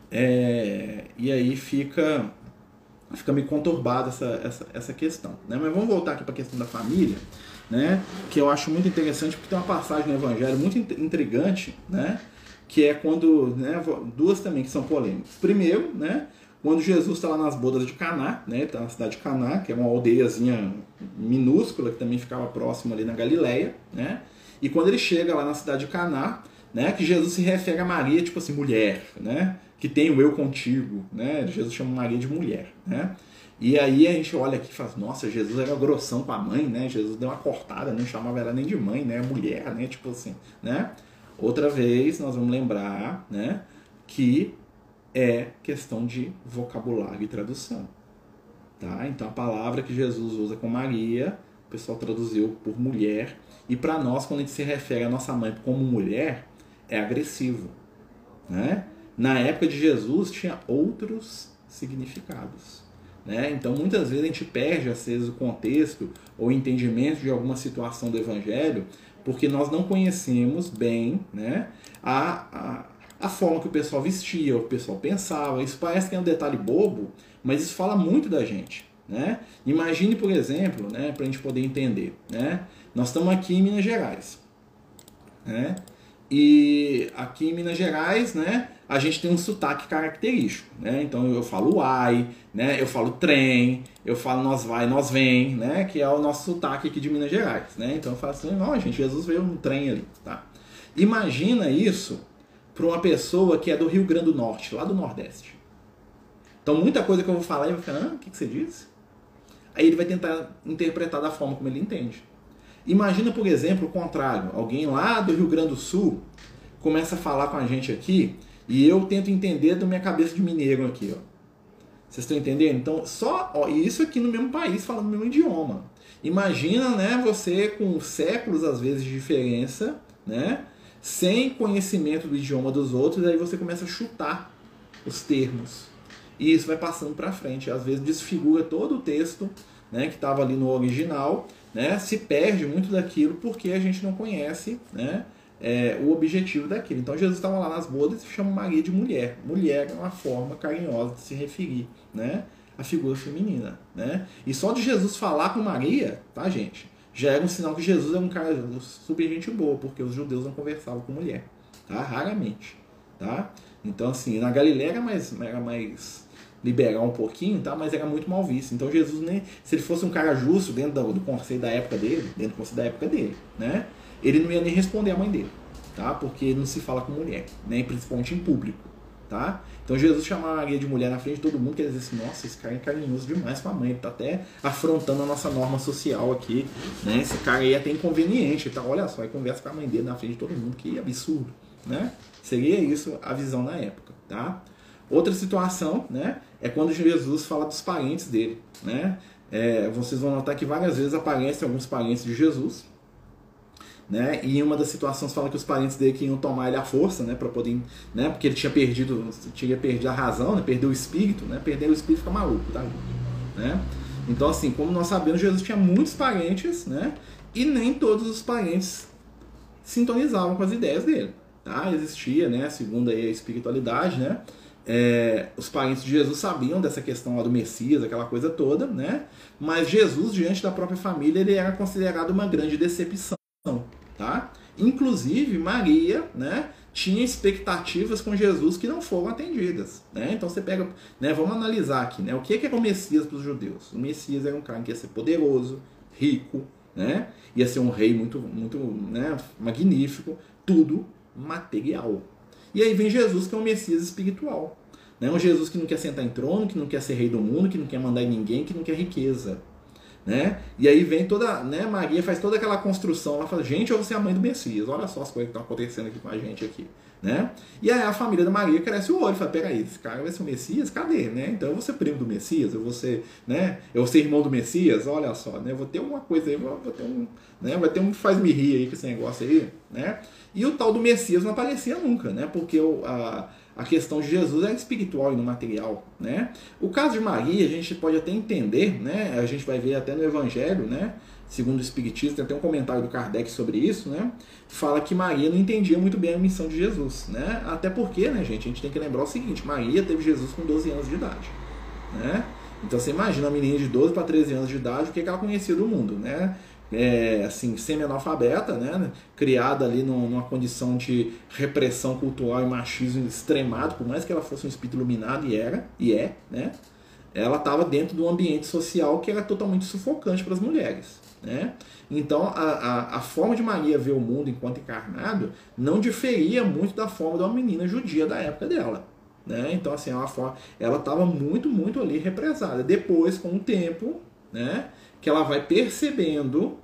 É, e aí fica, fica meio conturbada essa, essa, essa questão. Né? Mas vamos voltar aqui para a questão da família, né, que eu acho muito interessante, porque tem uma passagem no Evangelho muito intrigante, né, que é quando, né, duas também que são polêmicas. Primeiro, né, quando Jesus está lá nas bodas de Caná, né, está na cidade de Caná, que é uma aldeiazinha minúscula, que também ficava próxima ali na Galileia, né, e quando ele chega lá na cidade de Caná, né, que Jesus se refere a Maria, tipo assim, mulher, né, que tem o eu contigo, né, Jesus chama Maria de mulher, né, e aí a gente olha aqui e fala, nossa, Jesus era grossão com a mãe, né, Jesus deu uma cortada, não chamava ela nem de mãe, né, mulher, né, tipo assim, né. Outra vez, nós vamos lembrar, né, que é questão de vocabulário e tradução. Tá? Então, a palavra que Jesus usa com Maria, o pessoal traduziu por mulher. E para nós, quando a gente se refere à nossa mãe como mulher, é agressivo. Né? Na época de Jesus, tinha outros significados. Né? Então, muitas vezes, a gente perde, às vezes, o contexto ou o entendimento de alguma situação do Evangelho, porque nós não conhecemos bem, né, a, a, a forma que o pessoal vestia, o pessoal pensava. Isso parece que é um detalhe bobo, mas isso fala muito da gente. Né? Imagine, por exemplo, né, para a gente poder entender. Né? Nós estamos aqui em Minas Gerais. Né? E aqui em Minas Gerais, né, a gente tem um sotaque característico, né? Então eu falo uai, né? Eu falo trem, eu falo nós vai, nós vem, né? Que é o nosso sotaque aqui de Minas Gerais, né? Então eu falo assim, não, gente, Jesus veio num trem ali, tá? Imagina isso para uma pessoa que é do Rio Grande do Norte, lá do Nordeste. Então muita coisa que eu vou falar, eu vou falar, ah, o que, que você disse? aí ele vai tentar interpretar da forma como ele entende. Imagina, por exemplo, o contrário. Alguém lá do Rio Grande do Sul começa a falar com a gente aqui e eu tento entender da minha cabeça de mineiro aqui, ó. Vocês estão entendendo? Então, só ó, isso aqui no mesmo país, falando o mesmo idioma. Imagina, né, você com séculos, às vezes, de diferença, né, sem conhecimento do idioma dos outros, aí você começa a chutar os termos. E isso vai passando para frente. Às vezes desfigura todo o texto, né, que estava ali no original, né, se perde muito daquilo porque a gente não conhece, né, é, o objetivo daquilo. Então Jesus estava lá nas bodas e chama Maria de mulher. Mulher é uma forma carinhosa de se referir, né, à figura feminina, né? E só de Jesus falar com Maria, tá, gente, já era um sinal que Jesus é um cara super gente boa, porque os judeus não conversavam com mulher, tá? Raramente, tá? Então, assim, na Galileia era mais, era mais liberal um pouquinho, tá? Mas era muito mal visto. Então Jesus, nem se ele fosse um cara justo dentro do, do conceito da época dele, dentro do conceito da época dele, né, ele não ia nem responder a mãe dele, tá? Porque não se fala com mulher, né? Principalmente em público, tá? Então Jesus chamava Maria de mulher na frente de todo mundo, quer dizer assim, nossa, esse cara é carinhoso demais com a mãe, ele tá até afrontando a nossa norma social aqui, né? Esse cara aí é até inconveniente, tá? Olha só, aí conversa com a mãe dele na frente de todo mundo, que absurdo, né? Seria isso a visão na época, tá? Outra situação, né, é quando Jesus fala dos parentes dele, né? É, vocês vão notar que várias vezes aparecem alguns parentes de Jesus, né? E em uma das situações fala que os parentes dele queriam tomar ele à força, né, para poder, né, porque ele tinha perdido, tinha perdido a razão, né, perdeu o espírito, né? Perder o espírito fica maluco, tá, né? Então, assim, como nós sabemos, Jesus tinha muitos parentes, né? E nem todos os parentes sintonizavam com as ideias dele, tá? Existia, né, segundo aí a espiritualidade, né, é, os parentes de Jesus sabiam dessa questão lá do Messias, aquela coisa toda, né? Mas Jesus, diante da própria família, ele era considerado uma grande decepção, tá? Inclusive Maria, né, tinha expectativas com Jesus que não foram atendidas, né? Então você pega, né, vamos analisar aqui, né, o que era o Messias para os judeus. O Messias era um cara que ia ser poderoso, rico, né, ia ser um rei muito, muito, né, magnífico, tudo material. E aí vem Jesus, que é um Messias espiritual, né? Um Jesus que não quer sentar em trono, que não quer ser rei do mundo, que não quer mandar em ninguém, que não quer riqueza, né? E aí vem toda, né, Maria faz toda aquela construção, ela fala, gente, eu vou ser a mãe do Messias, olha só as coisas que estão acontecendo aqui com a gente aqui, né? E aí a família da Maria cresce o olho, fala, peraí, esse cara vai ser o Messias? Cadê, né? Então eu vou ser primo do Messias, eu vou ser, né, eu vou ser irmão do Messias, olha só, né, eu vou ter alguma coisa aí, vou, vou ter um, né, vai ter um faz-me rir aí com esse negócio aí, né? E o tal do Messias não aparecia nunca, né? Porque o, a, a questão de Jesus é espiritual e não material, né? O caso de Maria, a gente pode até entender, né? A gente vai ver até no Evangelho, né? Segundo o Espiritismo, tem até um comentário do Kardec sobre isso, né? Fala que Maria não entendia muito bem a missão de Jesus, né? Até porque, né, gente, a gente tem que lembrar o seguinte, Maria teve Jesus com doze anos de idade, né? Então você imagina uma menina de doze para treze anos de idade, o que, que ela conhecia do mundo, né? É, assim, semi-analfabeta, né? Criada ali numa condição de repressão cultural e machismo extremado, por mais que ela fosse um espírito iluminado, e era, e é, né? Ela estava dentro de um ambiente social que era totalmente sufocante para as mulheres, né? Então a, a, a forma de Maria ver o mundo enquanto encarnado não diferia muito da forma de uma menina judia da época dela, né? Então assim, ela estava muito, muito ali represada. Depois, com o tempo, né, que ela vai percebendo,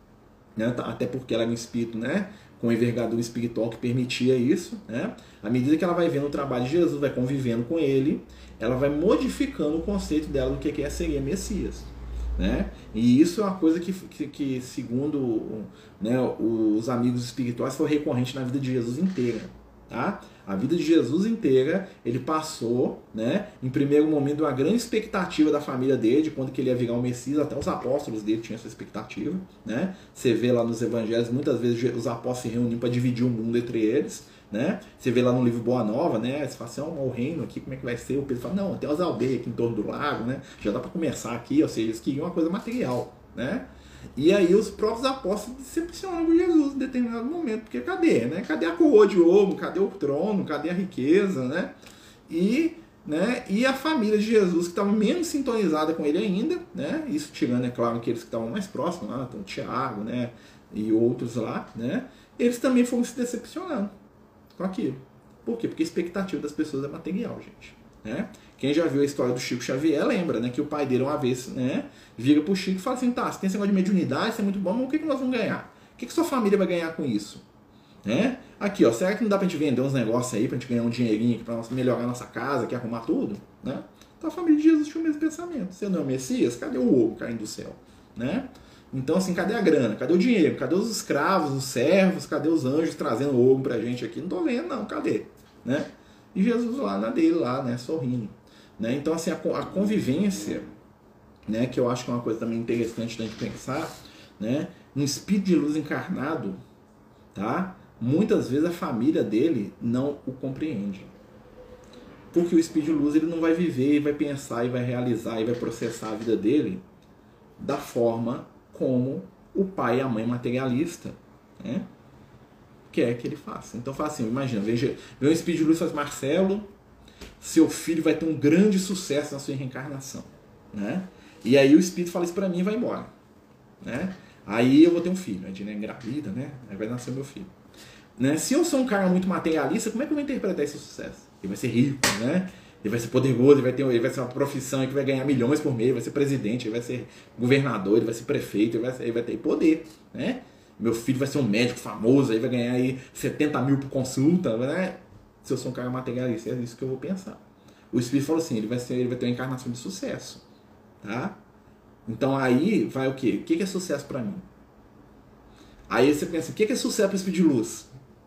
né, até porque ela é um espírito, né, com envergadura espiritual que permitia isso, né, à medida que ela vai vendo o trabalho de Jesus, vai convivendo com ele, ela vai modificando o conceito dela do que é seria Messias, né? E isso é uma coisa que, que, que segundo, né, os amigos espirituais, foi recorrente na vida de Jesus inteira, tá? A vida de Jesus inteira, ele passou, né, em primeiro momento, uma grande expectativa da família dele, de quando que ele ia virar o Messias, até os apóstolos dele tinham essa expectativa, né? Você vê lá nos evangelhos, muitas vezes os apóstolos se reuniam para dividir o mundo entre eles, né? Você vê lá no livro Boa Nova, né? Você fala assim, oh, o reino aqui, como é que vai ser? O Pedro fala, não, tem as aldeias aqui em torno do lago, né? Já dá para começar aqui, ou seja, eles queriam uma coisa material, né? E aí os próprios apóstolos decepcionam com Jesus em determinado momento, porque cadê, né? Cadê a coroa de ouro? Cadê o trono? Cadê a riqueza, né? E, né? E a família de Jesus, que estava menos sintonizada com ele ainda, né? Isso tirando, é claro, aqueles que estavam mais próximos, lá, então Tiago, né? E outros lá, né? Eles também foram se decepcionando com aquilo. Por quê? Porque a expectativa das pessoas é material, gente. né? Quem já viu a história do Chico Xavier lembra, né, que o pai dele uma vez, né, vira pro Chico e fala assim, tá, você tem esse negócio de mediunidade, isso é muito bom, mas o que, que nós vamos ganhar? O que, que sua família vai ganhar com isso? Né? Aqui, ó, será que não dá pra gente vender uns negócios aí, pra gente ganhar um dinheirinho aqui, pra nós melhorar a nossa casa, aqui, arrumar tudo? Né? Então a família de Jesus tinha o mesmo pensamento. Você não é o Messias? Cadê o ovo caindo do céu? Né? Então, assim, cadê a grana? Cadê o dinheiro? Cadê os escravos, os servos? Cadê os anjos trazendo ouro pra gente aqui? Não tô vendo, não. Cadê? Né? E Jesus lá na dele, lá, né, sorrindo. Né? Então, assim, a, a convivência, né, que eu acho que é uma coisa também interessante da gente pensar, né, no espírito de luz encarnado, tá? Muitas vezes a família dele não o compreende. Porque o espírito de luz ele não vai viver, e vai pensar, e vai realizar, e vai processar a vida dele da forma como o pai e a mãe materialista, né, quer que ele faça. Então fala assim, imagina, veja, vem um espírito de luz e faz, Marcelo, seu filho vai ter um grande sucesso na sua reencarnação, né? E aí o espírito fala isso pra mim e vai embora, né? Aí eu vou ter um filho, a gente, né, engravida, né? Aí vai nascer meu filho, né? Se eu sou um cara muito materialista, como é que eu vou interpretar esse sucesso? Ele vai ser rico, né? Ele vai ser poderoso, ele vai, ter, ele vai ser uma profissão que vai ganhar milhões por mês, ele vai ser presidente, ele vai ser governador, ele vai ser prefeito, ele vai, ele vai ter poder, né? Meu filho vai ser um médico famoso, aí vai ganhar aí setenta mil por consulta, né? Se eu sou um cara materialista, é isso que eu vou pensar. O Espírito falou assim, ele vai, ser, ele vai ter uma encarnação de sucesso, tá? Então aí vai o quê? O que é sucesso para mim? Aí você pensa, o que é sucesso para o Espírito de Luz?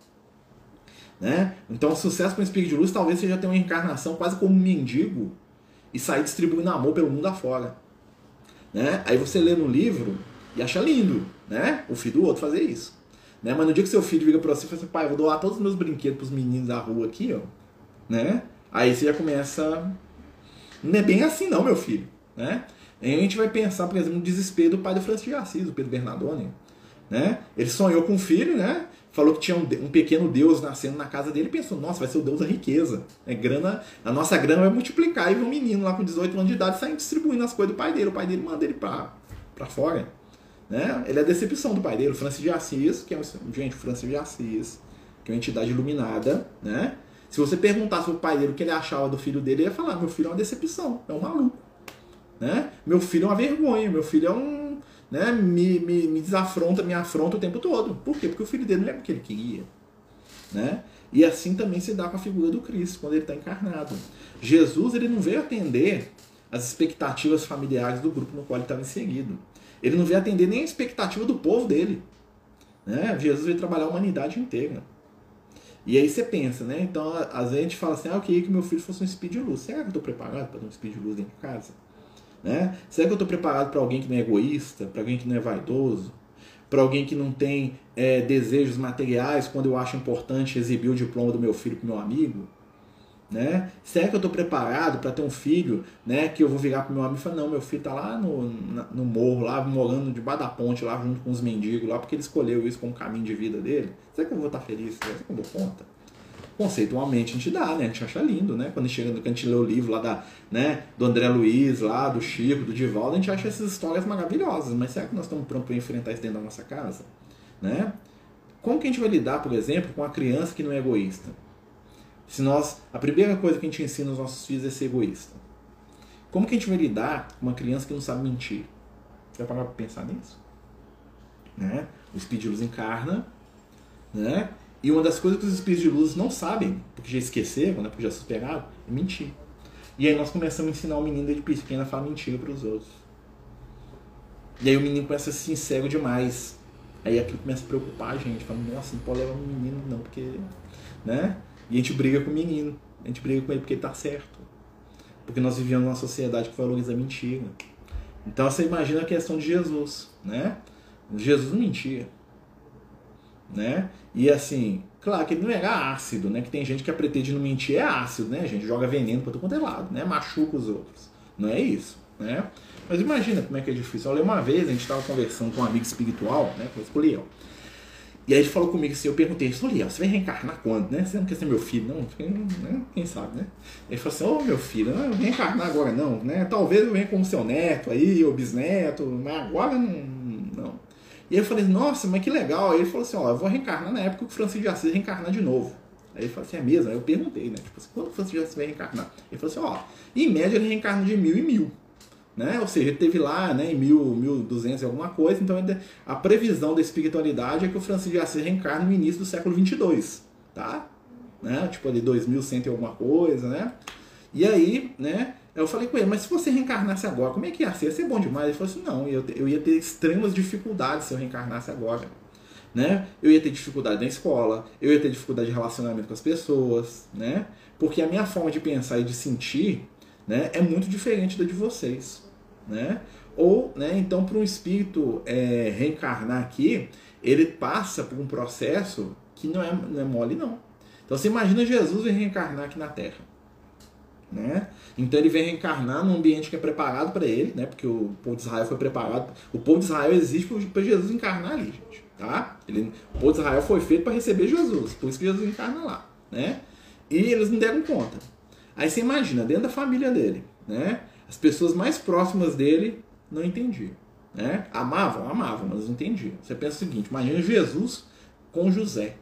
Né? Então o sucesso para o Espírito de Luz talvez seja ter uma encarnação quase como um mendigo e sair distribuindo amor pelo mundo afora. Né? Aí você lê no livro e acha lindo, né, o filho do outro fazer isso. Né? Mas no dia que seu filho liga para você e fala assim, pai, eu vou doar todos os meus brinquedos para os meninos da rua aqui, ó, né? Aí você já começa, não é bem assim não, meu filho, né? Aí a gente vai pensar, por exemplo, no desespero do pai do Francisco de Assis, o Pedro Bernardone, né? Ele sonhou com um filho, né? Falou que tinha um, um pequeno Deus nascendo na casa dele e pensou, nossa, vai ser o Deus da riqueza, é, grana, a nossa grana vai multiplicar. E viu um menino lá com dezoito anos de idade saindo distribuindo as coisas do pai dele, o pai dele manda ele para fora. Né? Ele é a decepção do pai dele, o Francisco de Assis, que é um, gente, o Francisco de Assis, que é uma entidade iluminada, né? Se você perguntasse pro pai dele o que ele achava do filho dele, ele ia falar, meu filho é uma decepção, é um maluco, né? Meu filho é uma vergonha, meu filho é um, né, me, me, me desafronta, me afronta o tempo todo. Por quê? Porque o filho dele não é o que ele queria, né? E assim também se dá com a figura do Cristo, quando ele está encarnado. Jesus, ele não veio atender as expectativas familiares do grupo no qual ele estava inserido. Ele não veio atender nem a expectativa do povo dele. Né? Jesus veio trabalhar a humanidade inteira. E aí você pensa, né? Então, às vezes a gente fala assim, ah, eu queria que meu filho fosse um espírito de luz. Será que eu estou preparado para ter um espírito de luz dentro de casa? Né? Será que eu estou preparado para alguém que não é egoísta, para alguém que não é vaidoso, para alguém que não tem é, desejos materiais quando eu acho importante exibir o diploma do meu filho para o meu amigo? Né? Será que eu estou preparado para ter um filho, né, que eu vou virar para o meu amigo e falar, não, meu filho está lá no, no morro, lá morando debaixo da ponte, lá junto com os mendigos, lá porque ele escolheu isso como caminho de vida dele? Será que eu vou estar feliz? Será que eu dou conta? Conceitualmente a gente dá, né? A gente acha lindo, né? Quando a gente, chega, quando a gente lê o livro lá da, né, do André Luiz, lá, do Chico, do Divaldo, a gente acha essas histórias maravilhosas, mas será que nós estamos prontos para enfrentar isso dentro da nossa casa? Né? Como que a gente vai lidar, por exemplo, com uma criança que não é egoísta? Se nós, a primeira coisa que a gente ensina aos nossos filhos é ser egoísta. Como que a gente vai lidar com uma criança que não sabe mentir? Você vai parar para pensar nisso? Né? O espírito de luz encarna, né? E uma das coisas que os espíritos de luz não sabem, porque já esqueceram, né? Porque já superaram, é mentir. E aí nós começamos a ensinar o menino desde pequeno a falar mentira para os outros. E aí o menino começa a ser sincero demais. Aí aquilo começa a preocupar a gente. Fala, nossa, não pode levar um menino não, porque... né? E a gente briga com o menino. A gente briga com ele porque ele está certo. Porque nós vivemos numa sociedade que valoriza a mentira. Então você imagina a questão de Jesus, né? Jesus não mentia. Né? E assim, claro que ele não era ácido, né? Que tem gente que pretende não mentir, é ácido, né? A gente joga veneno para todo quanto é lado, né? Machuca os outros. Não é isso, né? Mas imagina como é que é difícil. Olha, uma vez a gente estava conversando com um amigo espiritual, né? Com o Liel. E aí ele falou comigo assim, eu perguntei, Liel, você vai reencarnar quando, né? Você não quer ser meu filho, não? Né? Quem sabe, né? Ele falou assim, ô oh, meu filho, não vou reencarnar agora não, né? Talvez eu venha como seu neto aí, ou bisneto, mas agora não, não. E aí eu falei, nossa, mas que legal. Aí ele falou assim, ó, eu vou reencarnar na época que o Francisco de Assis reencarnar de novo. Aí ele falou assim, é mesmo? Aí eu perguntei, né? Tipo assim, quando Francisco de Assis vai reencarnar? Ele falou assim, ó, em média ele reencarna de mil em mil. Né? Ou seja, ele teve lá, né, em mil, mil e duzentos e alguma coisa, então a previsão da espiritualidade é que o Francisco de Assis reencarne no início do século vinte e dois, tá? Né? Tipo ali dois mil e cem e alguma coisa, né? E aí, né, eu falei com ele, mas se você reencarnasse agora, como é que ia ser? Ia ser bom demais. Ele falou assim, não, eu, eu ia ter extremas dificuldades se eu reencarnasse agora. Né? Eu ia ter dificuldade na escola, eu ia ter dificuldade de relacionamento com as pessoas, né? Porque a minha forma de pensar e de sentir, né, é muito diferente da de vocês. Né? Ou, né, então, para um espírito é, reencarnar aqui, ele passa por um processo que não é, não é mole, não. Então, você imagina Jesus vir reencarnar aqui na Terra. Né? Então, ele vem reencarnar num ambiente que é preparado para ele, né? Porque o povo de Israel foi preparado. O povo de Israel existe para Jesus encarnar ali, gente. Tá? Ele, o povo de Israel foi feito para receber Jesus, por isso que Jesus encarna lá. Né? E eles não deram conta. Aí você imagina, dentro da família dele, né? As pessoas mais próximas dele não entendiam. Né? Amavam, amavam, mas não entendiam. Você pensa o seguinte, imagina Jesus com José.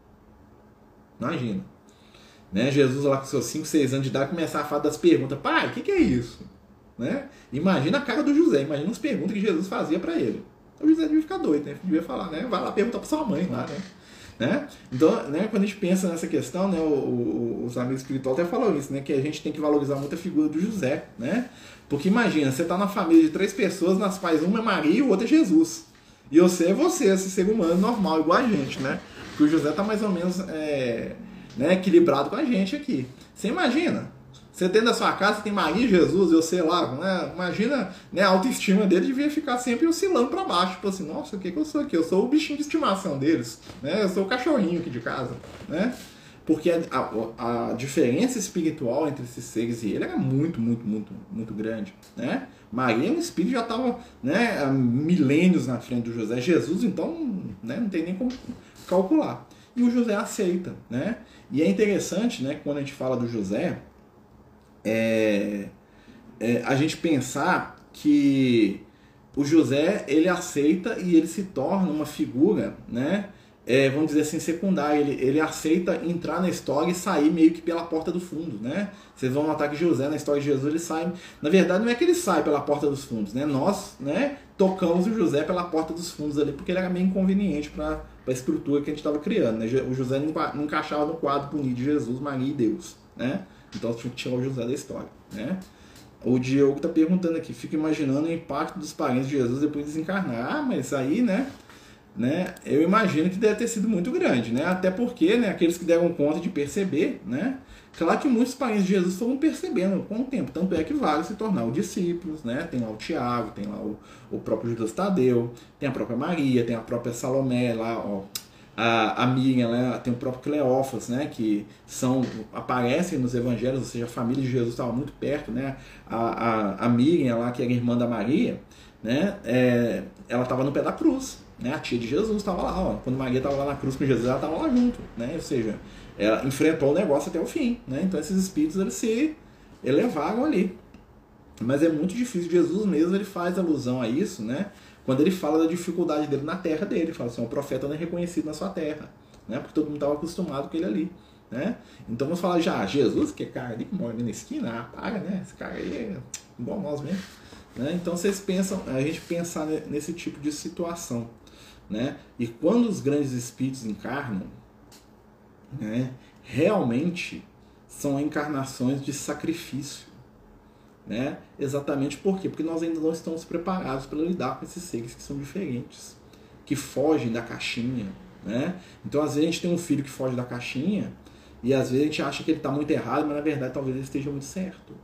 Imagina. Né? Jesus lá com seus cinco, seis anos de idade começar a falar das perguntas. Pai, o que, que é isso? Né? Imagina a cara do José, imagina as perguntas que Jesus fazia para ele. O José devia ficar doido, né? Devia falar, né? Vai lá perguntar para sua mãe lá, né? Né? Então, né, quando a gente pensa nessa questão, né, o, o, os amigos espirituais até falam isso, né, que a gente tem que valorizar muito a figura do José, né? Porque imagina, você está na família de três pessoas, nas quais uma é Maria e o outro é Jesus. E você é você, esse ser humano normal, igual a gente, né? Porque o José está mais ou menos é, né, equilibrado com a gente aqui. Você imagina, você dentro da sua casa tem Maria e Jesus, eu sei lá, né? Imagina, né, a autoestima dele devia ficar sempre oscilando para baixo. Tipo assim, nossa, o que, que eu sou aqui? Eu sou o bichinho de estimação deles, né? Eu sou o cachorrinho aqui de casa, né? Porque a, a, a diferença espiritual entre esses seres e ele era muito, muito, muito, muito grande, né? Maria, o espírito já estava, né, há milênios na frente do José. Jesus, então, né, não tem nem como calcular. E o José aceita, né? E é interessante, né, quando a gente fala do José, É, é, a gente pensar que o José ele aceita e ele se torna uma figura, né, é, vamos dizer assim, secundária. Ele, ele aceita entrar na história e sair meio que pela porta do fundo, né? Vocês vão notar que José, na história de Jesus, ele sai, na verdade não é que ele sai pela porta dos fundos, né? Nós, né, tocamos o José pela porta dos fundos ali porque ele era meio inconveniente para a estrutura que a gente estava criando, né? O José não, não encaixava no quadro bonito de Jesus, Maria e Deus, né? Então tinha que tirar o José da história, né? O Diogo está perguntando aqui, fica imaginando o impacto dos parentes de Jesus depois de desencarnar. Ah, mas aí, né, né, eu imagino que deve ter sido muito grande, né? Até porque, né, aqueles que deram conta de perceber, né? Claro que muitos parentes de Jesus foram percebendo com o tempo, tanto é que vários se tornaram discípulos, né? Tem lá o Tiago, tem lá o, o próprio Judas Tadeu, tem a própria Maria, tem a própria Salomé lá, ó. A, a Miriam, né, tem o próprio Cleófas, né, que são, aparecem nos evangelhos, ou seja, a família de Jesus estava muito perto, né? A, a, a Miriam, lá, que era irmã da Maria, né, é, ela estava no pé da cruz, né? A tia de Jesus estava lá, ó. Quando Maria estava lá na cruz com Jesus, ela estava lá junto, né? Ou seja, ela enfrentou o negócio até o fim, né? Então esses espíritos eles se elevaram ali. Mas é muito difícil. Jesus mesmo ele faz alusão a isso, né? Quando ele fala da dificuldade dele na terra dele, ele fala assim, o profeta não é reconhecido na sua terra, né? Porque todo mundo estava acostumado com ele ali, né? Então vamos falar já, Jesus, que é cara ali que mora ali na esquina, ah, paga, né? Esse cara aí é igual nós mesmo, né? Então vocês pensam, a gente pensar nesse tipo de situação, né? E quando os grandes espíritos encarnam, né, realmente são encarnações de sacrifício. Né? Exatamente por quê? Porque nós ainda não estamos preparados para lidar com esses seres que são diferentes, que fogem da caixinha, né? Então às vezes a gente tem um filho que foge da caixinha e às vezes a gente acha que ele está muito errado, mas na verdade talvez ele esteja muito certo,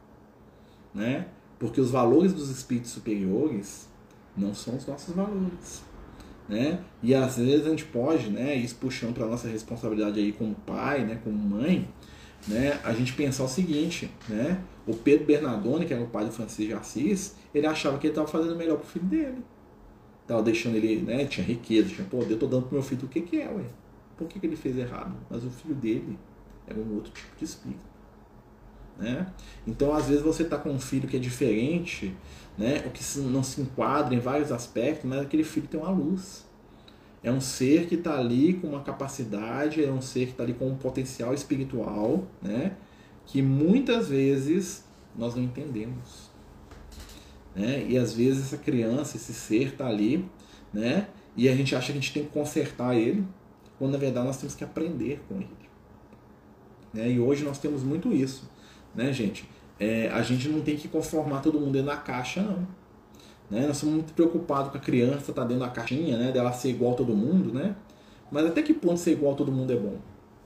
né? Porque os valores dos espíritos superiores não são os nossos valores, né? E às vezes a gente pode, né, isso puxando para a nossa responsabilidade aí como pai, né, como mãe, né, a gente pensar o seguinte, né? O Pedro Bernardone, que era o pai do Francisco de Assis, ele achava que ele estava fazendo melhor pro filho dele. Estava deixando ele, né? Tinha riqueza, tinha poder, eu tô dando pro meu filho o que que é, ué? Por que que ele fez errado? Mas o filho dele era um outro tipo de espírito, né? Então, às vezes você tá com um filho que é diferente, né? O que não se enquadra em vários aspectos, mas aquele filho tem uma luz. É um ser que está ali com uma capacidade, é um ser que está ali com um potencial espiritual, né? Que muitas vezes nós não entendemos. Né? E às vezes essa criança, esse ser está ali, né? E a gente acha que a gente tem que consertar ele, quando na verdade nós temos que aprender com ele. Né? E hoje nós temos muito isso, né, gente? É, a gente não tem que conformar todo mundo dentro da caixa, não. Né? Nós somos muito preocupados com a criança estar tá dentro da caixinha, né? Dela ser igual a todo mundo, né? Mas até que ponto ser igual a todo mundo é bom?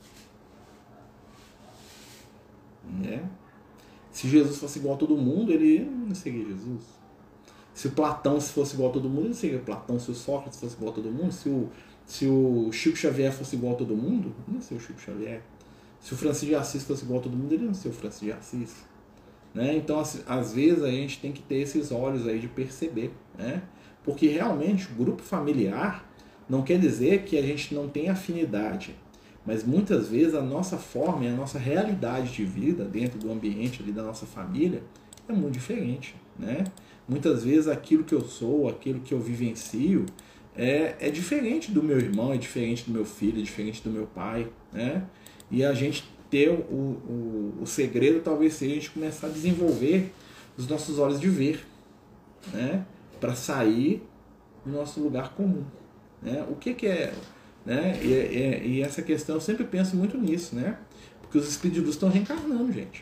Né? Se Jesus fosse igual a todo mundo, ele não seria Jesus. Se o Platão se fosse igual a todo mundo, ele não seria Platão. Se o Sócrates fosse igual a todo mundo, se o, se o Chico Xavier fosse igual a todo mundo, ele não seria o Chico Xavier. Se o Francisco de Assis fosse igual a todo mundo, ele não seria o Francisco de Assis. Né? Então, às vezes, a gente tem que ter esses olhos aí de perceber. Né? Porque realmente o grupo familiar não quer dizer que a gente não tem afinidade. Mas muitas vezes a nossa forma e a nossa realidade de vida dentro do ambiente ali da nossa família é muito diferente. Né? Muitas vezes aquilo que eu sou, aquilo que eu vivencio é, é diferente do meu irmão, é diferente do meu filho, é diferente do meu pai. Né? E a gente ter o, o, o segredo talvez seja a gente começar a desenvolver os nossos olhos de ver. Né? Para sair do nosso lugar comum. Né? O que, que é... Né? E, e, e essa questão eu sempre penso muito nisso, né? Porque os espíritos de luz estão reencarnando, gente.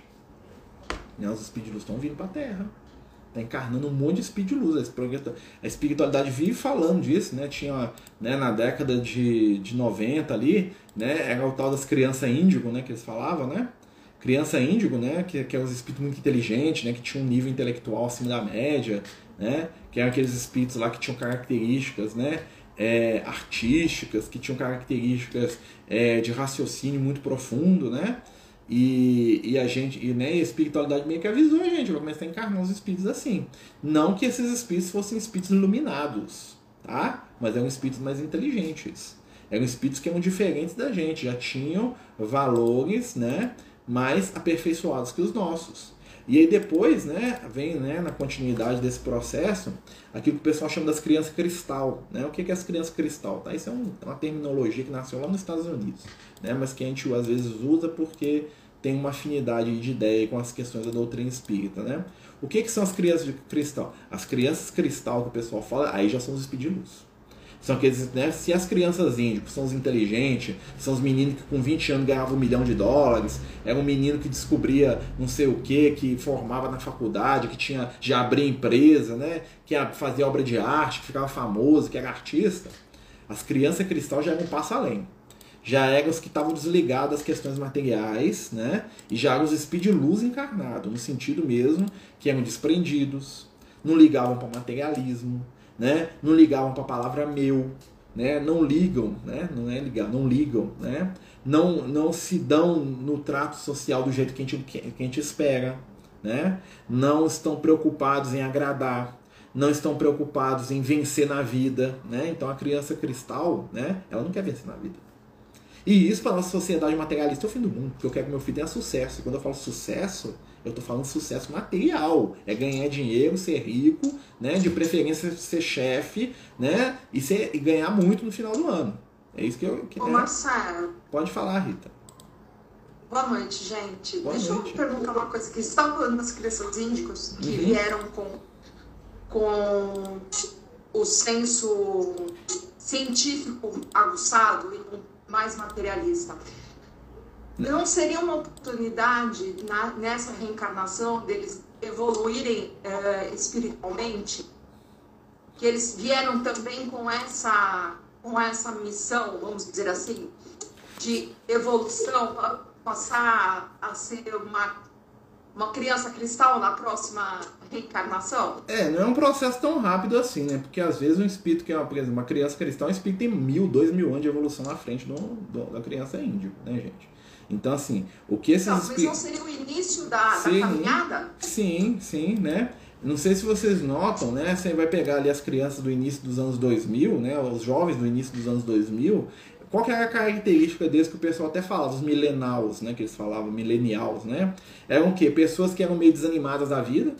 Né? Os espíritos de luz estão vindo para a Terra. Está encarnando um monte de espírito de luz. A espiritualidade vive falando disso, né? Tinha, né, na década de, de noventa ali, né, era o tal das crianças índigo, né, que eles falavam, né? Criança índigo, né, que, que eram os espíritos muito inteligentes, né, que tinham um nível intelectual acima da média, né? Que eram aqueles espíritos lá que tinham características, né, é, artísticas, que tinham características é, de raciocínio muito profundo, né? E, e a gente, e, né, e a espiritualidade meio que avisou a gente, vai começar a encarnar os espíritos assim. Não que esses espíritos fossem espíritos iluminados, tá? Mas eram espíritos mais inteligentes. Eram espíritos que eram diferentes da gente, já tinham valores, né, mais aperfeiçoados que os nossos. E aí depois, né, vem, né, na continuidade desse processo, aquilo que o pessoal chama das crianças cristal. Né? O que é as crianças cristal? Tá? Isso é um, uma terminologia que nasceu lá nos Estados Unidos, né, mas que a gente às vezes usa porque tem uma afinidade de ideia com as questões da doutrina espírita. Né? O que, que são as crianças de cristal? As crianças cristal que o pessoal fala, aí já são os espíritos de luz. São aqueles, né, se as crianças índios são os inteligentes, são os meninos que com vinte anos ganhavam um milhão de dólares, era um menino que descobria não sei o que, que formava na faculdade, que tinha, já abria empresa, né, que fazia obra de arte, que ficava famoso, que era artista. As crianças cristal já eram um passo além. Já eram os que estavam desligados das questões materiais, né, e já eram os espíritos de luz encarnados, no sentido mesmo que eram desprendidos, não ligavam para o materialismo, né? Não ligavam para a palavra meu, né? Não ligam, né? Não é ligar, não ligam, né? Não, não se dão no trato social do jeito que a gente, que a gente espera, né? Não estão preocupados em agradar, não estão preocupados em vencer na vida, né? Então a criança cristal, né, ela não quer vencer na vida. E isso para a nossa sociedade materialista é o fim do mundo, porque eu quero que meu filho tenha sucesso. E quando eu falo sucesso, eu estou falando sucesso material. É ganhar dinheiro, ser rico, né? De preferência ser chefe, né? E, ser, e ganhar muito no final do ano. É isso que eu... Que, Ô, né? Marcelo. Pode falar, Rita. Boa noite, gente. Boa Deixa noite. eu perguntar uma coisa. Que você estava falando das crianças índigos que Uhum. vieram com, com o senso científico aguçado e mais materialista. Não seria uma oportunidade na, nessa reencarnação deles evoluírem é, espiritualmente? Que eles vieram também com essa, com essa missão, vamos dizer assim, de evolução, para passar a ser uma, uma criança cristal na próxima reencarnação? É, não é um processo tão rápido assim, né? Porque às vezes um espírito que é, por exemplo, uma criança cristal, um espírito tem mil, dois mil anos de evolução na frente do, do, da criança índio, né, gente? Então, assim, o que esses Não, mas espíritos... não seria o início da, Sim, da caminhada? Sim, sim, né? Não sei se vocês notam, né? Você vai pegar ali as crianças do início dos anos dois mil, né? Os jovens do início dos anos dois mil. Qual que era a característica deles que o pessoal até falava? Os millennials, né? Que eles falavam, millennials, né? Eram o quê? Pessoas que eram meio desanimadas da vida,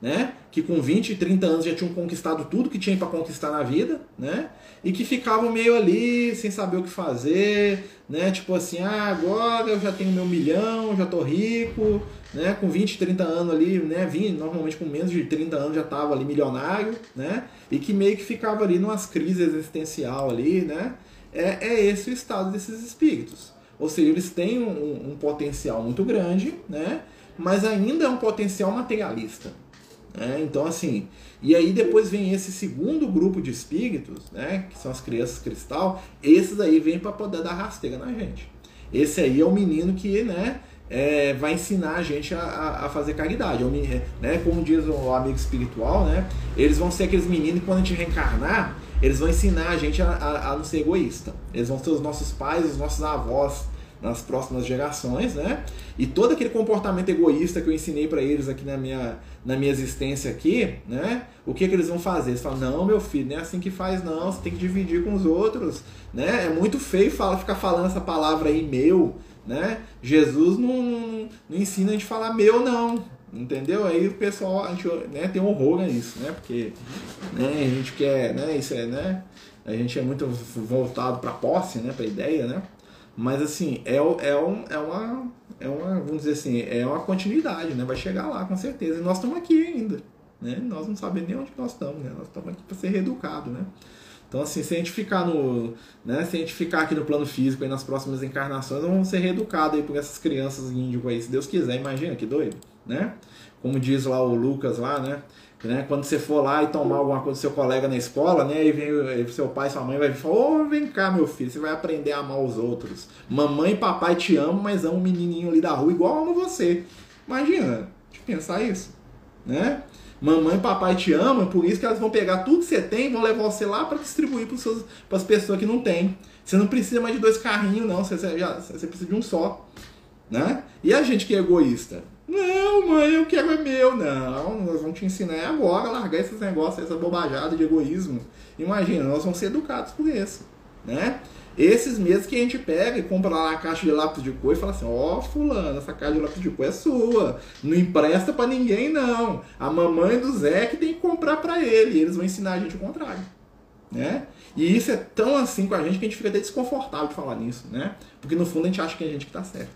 né? Que com vinte, trinta anos já tinham conquistado tudo que tinha para conquistar na vida, né? E que ficavam meio ali, sem saber o que fazer, né? Tipo assim, ah, agora eu já tenho meu milhão, já tô rico, né? Com vinte, trinta anos ali, né? vinte, normalmente com menos de trinta anos já tava ali milionário, né? E que meio que ficava ali numas crises existencial ali, né? É, é esse o estado desses espíritos. Ou seja, eles têm um, um potencial muito grande, né? Mas ainda é um potencial materialista. É, então assim, e aí depois vem esse segundo grupo de espíritos, né, que são as crianças cristal. Esses aí vêm para poder dar rasteira na gente. Esse aí é o menino que, né, é, vai ensinar a gente a, a fazer caridade, é o, né, como diz o amigo espiritual, né, eles vão ser aqueles meninos que quando a gente reencarnar, eles vão ensinar a gente a, a, a não ser egoísta. Eles vão ser os nossos pais, os nossos avós nas próximas gerações, né? E todo aquele comportamento egoísta que eu ensinei para eles aqui na minha, na minha existência aqui, né? O que que eles vão fazer? Eles falam, não, meu filho, não é assim que faz não, você tem que dividir com os outros, né? É muito feio fala, ficar falando essa palavra aí, meu, né? Jesus não, não, não ensina a gente a falar meu, não, entendeu? Aí o pessoal, a gente, né, tem horror nisso, né? Porque, né, a gente quer, né, isso é, né? A gente é muito voltado para posse, né, para ideia, né? Mas assim, é, é, um, é, uma, é uma, vamos dizer assim, é uma continuidade, né? Vai chegar lá com certeza. E nós estamos aqui ainda, né? Nós não sabemos nem onde nós estamos, né? Nós estamos aqui para ser reeducados, né? Então assim, se a gente ficar no, né? Se a gente ficar aqui no plano físico aí nas próximas encarnações, nós vamos ser reeducados aí por essas crianças índigo aí, se Deus quiser. Imagina que doido, né? Como diz lá o Lucas lá, né? Né? Quando você for lá e tomar alguma coisa do seu colega na escola, né? E vem aí seu pai e sua mãe vai vir e falar, ô, vem cá, meu filho, você vai aprender a amar os outros. Mamãe e papai te amam, mas amam um menininho ali da rua igual amam você. Imagina, de pensar isso, né? Mamãe e papai te amam, por isso que elas vão pegar tudo que você tem e vão levar você lá para distribuir para as pessoas que não têm. Você não precisa mais de dois carrinhos, não. Você, já, você precisa de um só, né? E a gente que é egoísta? Não, mãe, eu quero é meu. Não, nós vamos te ensinar agora a largar esses negócios, essa bobajada de egoísmo. Imagina, nós vamos ser educados por isso, né? Esses mesmos que a gente pega e compra lá a caixa de lápis de cor e fala assim, ó, oh, fulano, essa caixa de lápis de cor é sua. Não empresta pra ninguém, não. A mamãe do Zé que tem que comprar pra ele. E eles vão ensinar a gente o contrário, né? E isso é tão assim com a gente que a gente fica até desconfortável de falar nisso, né? Porque no fundo a gente acha que é a gente que tá certo,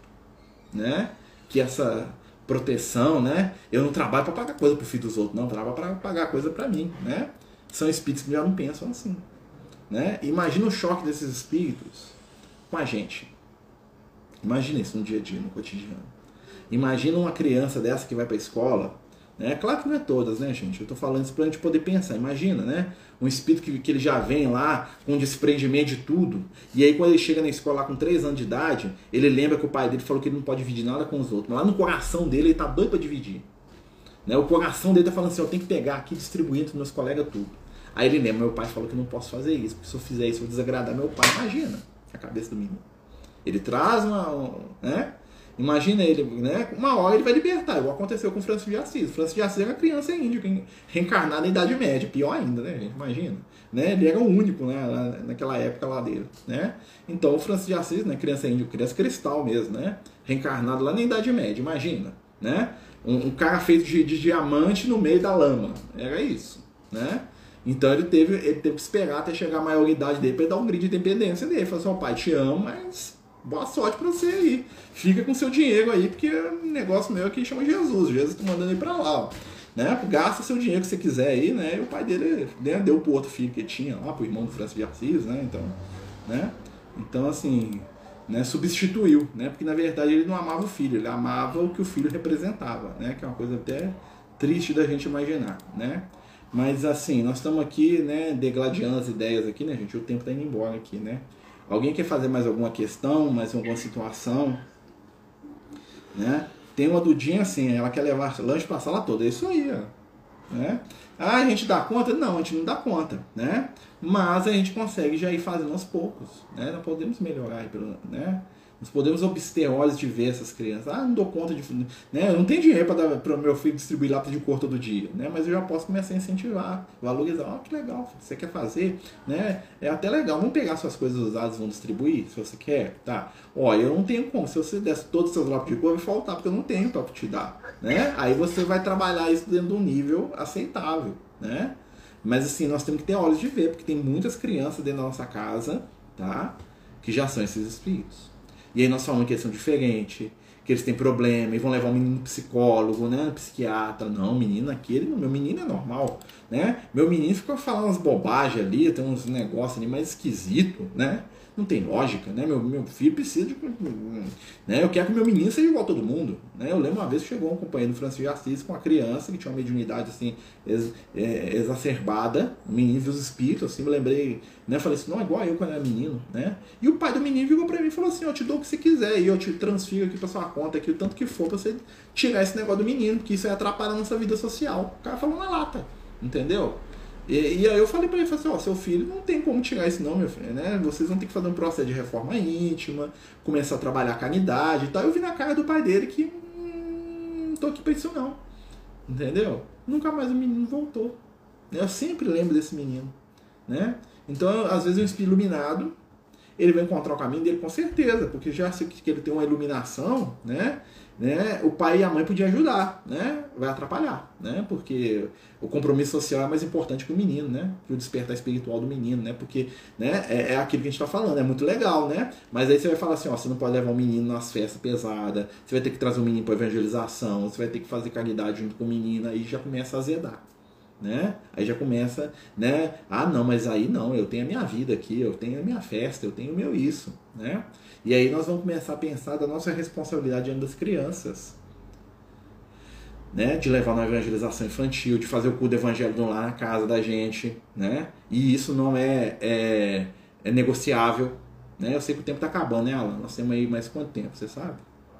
né? Que essa proteção, né? Eu não trabalho para pagar coisa pro filho dos outros, não. Eu trabalho para pagar coisa para mim, né? São espíritos que já não pensam assim, né? Imagina o choque desses espíritos com a gente. Imagina isso no dia a dia, no cotidiano. Imagina uma criança dessa que vai para a escola, né? Claro que não é todas, né, gente? Eu tô falando isso pra gente poder pensar. Imagina, né? Um espírito que, que ele já vem lá com desprendimento de tudo. E aí quando ele chega na escola lá com três anos de idade, ele lembra que o pai dele falou que ele não pode dividir nada com os outros. Mas lá no coração dele, ele tá doido pra dividir. Né? O coração dele tá falando assim, eu tenho que pegar aqui e distribuir entre meus colegas tudo. Aí ele lembra, meu pai falou que não posso fazer isso, porque se eu fizer isso eu vou desagradar meu pai. Imagina a cabeça do menino. Ele traz uma... né? Imagina ele, né? Uma hora ele vai libertar, igual aconteceu com o Francisco de Assis. O Francisco de Assis era criança índio, reencarnado na Idade Média, pior ainda, né, gente? Imagina. Né? Ele era o único, né, naquela época lá dele, né? Então o Francisco de Assis, né, criança índio, criança cristal mesmo, né? Reencarnado lá na Idade Média, imagina, né? Um, um cara feito de, de diamante no meio da lama, era isso, né? Então ele teve, ele teve que esperar até chegar a maioridade dele para ele dar um grito de independência dele. Ele falou assim, ó, pai, te amo, mas... boa sorte pra você aí. Fica com seu dinheiro aí, porque o negócio meu aqui chama Jesus. Jesus tá mandando ele pra lá, ó. Né? Gasta seu dinheiro que você quiser aí, né? E o pai dele, né, deu pro outro filho que ele tinha lá, pro irmão do Francisco de Assis, né? Então, né? Então, assim, né? Substituiu, né? Porque na verdade ele não amava o filho, ele amava o que o filho representava, né? Que é uma coisa até triste da gente imaginar, né? Mas assim, nós estamos aqui, né? Degladiando as ideias aqui, né, gente? O tempo tá indo embora aqui, né? Alguém quer fazer mais alguma questão, mais alguma situação? Né? Tem uma Dudinha assim, ela quer levar lanche para a sala toda. É isso aí, ó. Né? Ah, a gente dá conta? Não, a gente não dá conta, né? Mas a gente consegue já ir fazendo aos poucos, né? Nós podemos melhorar, né? Nós podemos obter olhos de ver essas crianças. Ah, não dou conta de... Né? Eu não tenho dinheiro para o meu filho distribuir lápis de cor todo dia, né? Mas eu já posso começar a incentivar, valorizar. Ah, que legal, você quer fazer, né? É até legal. Vamos pegar suas coisas usadas e vamos distribuir, se você quer, tá? Olha, eu não tenho como. Se você desse todos os seus lápis de cor, vai faltar, porque eu não tenho para te dar, né? Aí você vai trabalhar isso dentro de um nível aceitável, né? Mas assim, nós temos que ter olhos de ver, porque tem muitas crianças dentro da nossa casa, tá? Que já são esses espíritos. E aí nós falamos que eles são diferentes, que eles têm problema, e vão levar um menino no psicólogo, né, no psiquiatra. Não, menino aquele, meu menino é normal, né? Meu menino fica falando umas bobagens ali, tem uns negócios ali mais esquisitos, né? Não tem lógica, né? Meu, meu filho precisa de... Né? Eu quero que meu menino seja igual a todo mundo, né? Eu lembro uma vez que chegou um companheiro do Francisco de Assis com uma criança que tinha uma mediunidade assim, ex, é, exacerbada. O menino viu os espíritos, assim, me lembrei, né? Eu falei assim, não, é igual eu quando era menino, né? E o pai do menino virou pra mim e falou assim, eu te dou o que você quiser e eu te transfiro aqui pra sua conta, aqui, o tanto que for pra você tirar esse negócio do menino, porque isso aí atrapalha a nossa vida social. O cara falou na lata, entendeu? E, e aí eu falei pra ele, falei assim, ó, seu filho não tem como tirar isso não, meu filho, né? Vocês vão ter que fazer um processo de reforma íntima, começar a trabalhar a caridade e tal. Eu vi na cara do pai dele que hum, não tô aqui pra isso não, entendeu? Nunca mais o menino voltou. Eu sempre lembro desse menino, né? Então, às vezes, um espírito iluminado, ele vai encontrar o caminho dele com certeza, porque já sei que ele tem uma iluminação, né? Né? O pai e a mãe podiam ajudar, né? Vai atrapalhar, né? Porque o compromisso social é mais importante que o menino, né? Que o despertar espiritual do menino, né? Porque, né? É, é aquilo que a gente está falando, é muito legal, né? Mas aí você vai falar assim, ó, você não pode levar o menino nas festas pesadas, você vai ter que trazer o menino para evangelização, você vai ter que fazer caridade junto com o menino, aí já começa a azedar, né? Aí já começa, né? Ah, não, mas aí não, eu tenho a minha vida aqui, eu tenho a minha festa, eu tenho o meu isso, né? E aí nós vamos começar a pensar da nossa responsabilidade diante das crianças, né? De levar na evangelização infantil, de fazer o culto do evangelho lá na casa da gente, né? E isso não é, é, é negociável, né? Eu sei que o tempo tá acabando, né, Alan? Nós temos aí mais quanto tempo, você sabe?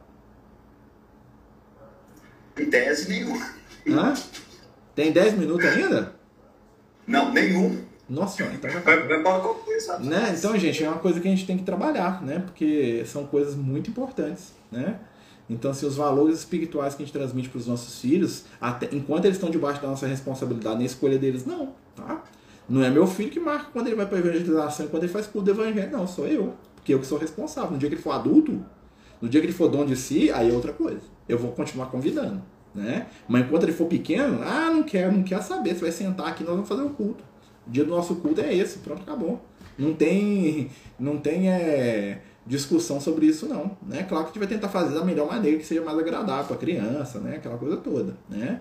Em tese, nenhum. Hã? Tem dez minutos ainda? Não, nenhum. Nossa senhora, então já Vai, acabou. vai para concluir, Né? Então, gente, é uma coisa que a gente tem que trabalhar, né? Porque são coisas muito importantes, né? Então, assim, os valores espirituais que a gente transmite para os nossos filhos, até, enquanto eles estão debaixo da nossa responsabilidade na escolha deles, não, tá? Não é meu filho que marca quando ele vai para a evangelização, quando ele faz culto do evangelho, não, sou eu. Porque eu que sou responsável. No dia que ele for adulto, no dia que ele for dono de si, aí é outra coisa. Eu vou continuar convidando, né? Mas enquanto ele for pequeno, ah, não quero, não quero saber, você vai sentar aqui, nós vamos fazer o culto. O dia do nosso culto é esse, pronto, acabou. Não tem, não tem é, discussão sobre isso, não. Né? Claro que a gente vai tentar fazer da melhor maneira, que seja mais agradável para a criança, né? Aquela coisa toda. Né?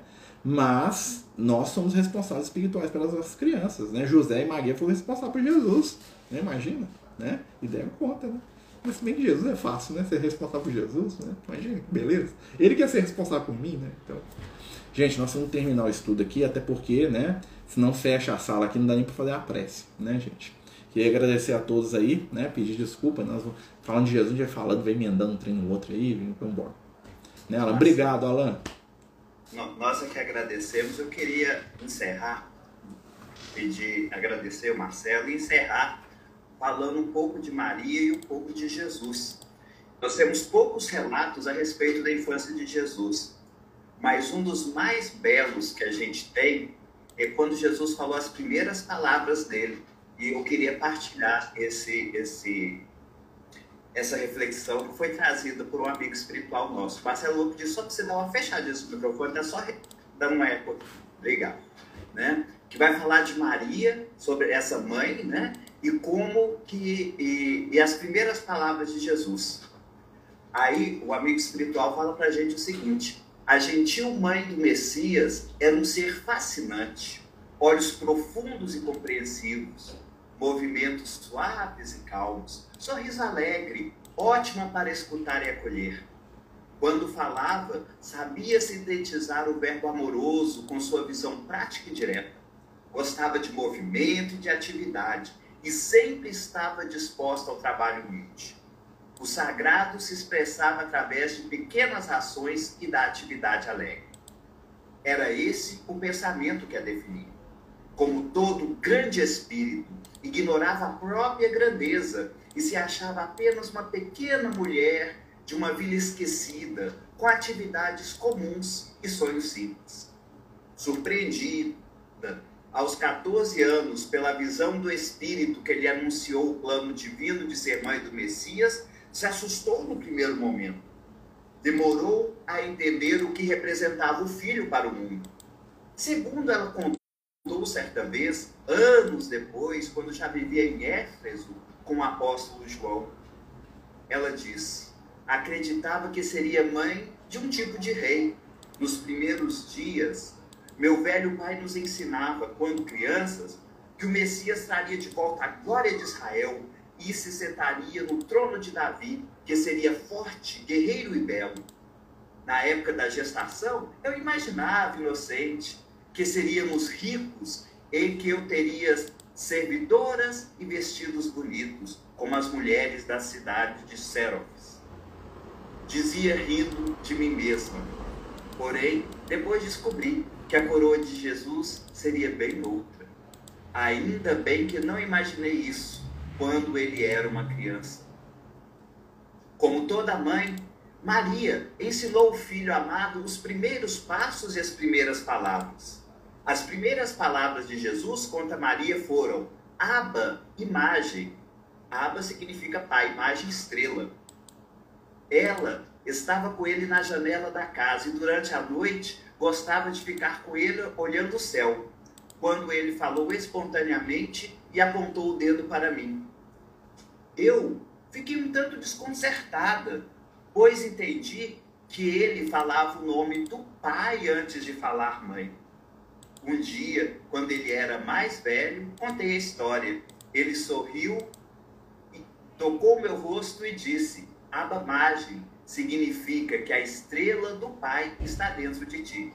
Mas nós somos responsáveis espirituais pelas nossas crianças. Né? José e Maria foram responsáveis por Jesus. Né? Imagina. Né? E deram conta. Né? Mas se bem que Jesus é fácil, né? Ser responsável por Jesus. Né? Imagina, que beleza. Ele quer ser responsável por mim, né? Então... Gente, nós vamos terminar o estudo aqui, até porque, né, se não fecha a sala aqui, não dá nem para fazer a prece, né, gente? Queria agradecer a todos aí, né, pedir desculpa, nós vamos, falando de Jesus, a gente vai falando, vai emendando um trem no outro aí, vamos embora. Né, Alan? Obrigado, Alan. Nós é que agradecemos. Eu queria encerrar, pedir, agradecer o Marcelo e encerrar falando um pouco de Maria e um pouco de Jesus. Nós temos poucos relatos a respeito da infância de Jesus. Mas um dos mais belos que a gente tem é quando Jesus falou as primeiras palavras dele. E eu queria partilhar esse, esse, essa reflexão que foi trazida por um amigo espiritual nosso. Marcelo Lobo disse, só para você dar uma fechadinha no microfone, tá só dando uma eco. Obrigado. Né? Que vai falar de Maria, sobre essa mãe, né? E como que... E, e as primeiras palavras de Jesus. Aí o amigo espiritual fala para a gente o seguinte... A gentil mãe do Messias era um ser fascinante, olhos profundos e compreensivos, movimentos suaves e calmos, sorriso alegre, ótima para escutar e acolher. Quando falava, sabia sintetizar o verbo amoroso com sua visão prática e direta. Gostava de movimento e de atividade e sempre estava disposta ao trabalho humilde. O sagrado se expressava através de pequenas ações e da atividade alegre. Era esse o pensamento que a definia. Como todo grande espírito, ignorava a própria grandeza e se achava apenas uma pequena mulher de uma vila esquecida, com atividades comuns e sonhos simples. Surpreendida, aos quatorze anos, pela visão do Espírito que lhe anunciou o plano divino de ser mãe do Messias, se assustou no primeiro momento. Demorou a entender o que representava o filho para o mundo. Segundo ela contou certa vez, anos depois, quando já vivia em Éfeso com o apóstolo João, ela disse: acreditava que seria mãe de um tipo de rei. Nos primeiros dias, meu velho pai nos ensinava, quando crianças, que o Messias traria de volta a glória de Israel e se sentaria no trono de Davi, que seria forte, guerreiro e belo. Na época da gestação, eu imaginava, inocente, que seríamos ricos e que eu teria servidoras e vestidos bonitos, como as mulheres da cidade de Séropes. Dizia rindo de mim mesma. Porém, depois descobri que a coroa de Jesus seria bem outra. Ainda bem que não imaginei isso quando ele era uma criança. Como toda mãe, Maria ensinou o filho amado os primeiros passos e as primeiras palavras. As primeiras palavras de Jesus, conta Maria, foram Abba, imagem. Abba significa pai, imagem, estrela. Ela estava com ele na janela da casa e durante a noite gostava de ficar com ele olhando o céu, quando ele falou espontaneamente e apontou o dedo para mim. Eu fiquei um tanto desconcertada, pois entendi que ele falava o nome do pai antes de falar mãe. Um dia, quando ele era mais velho, contei a história. Ele sorriu, tocou meu rosto e disse: Abba Magem significa que a estrela do pai está dentro de ti.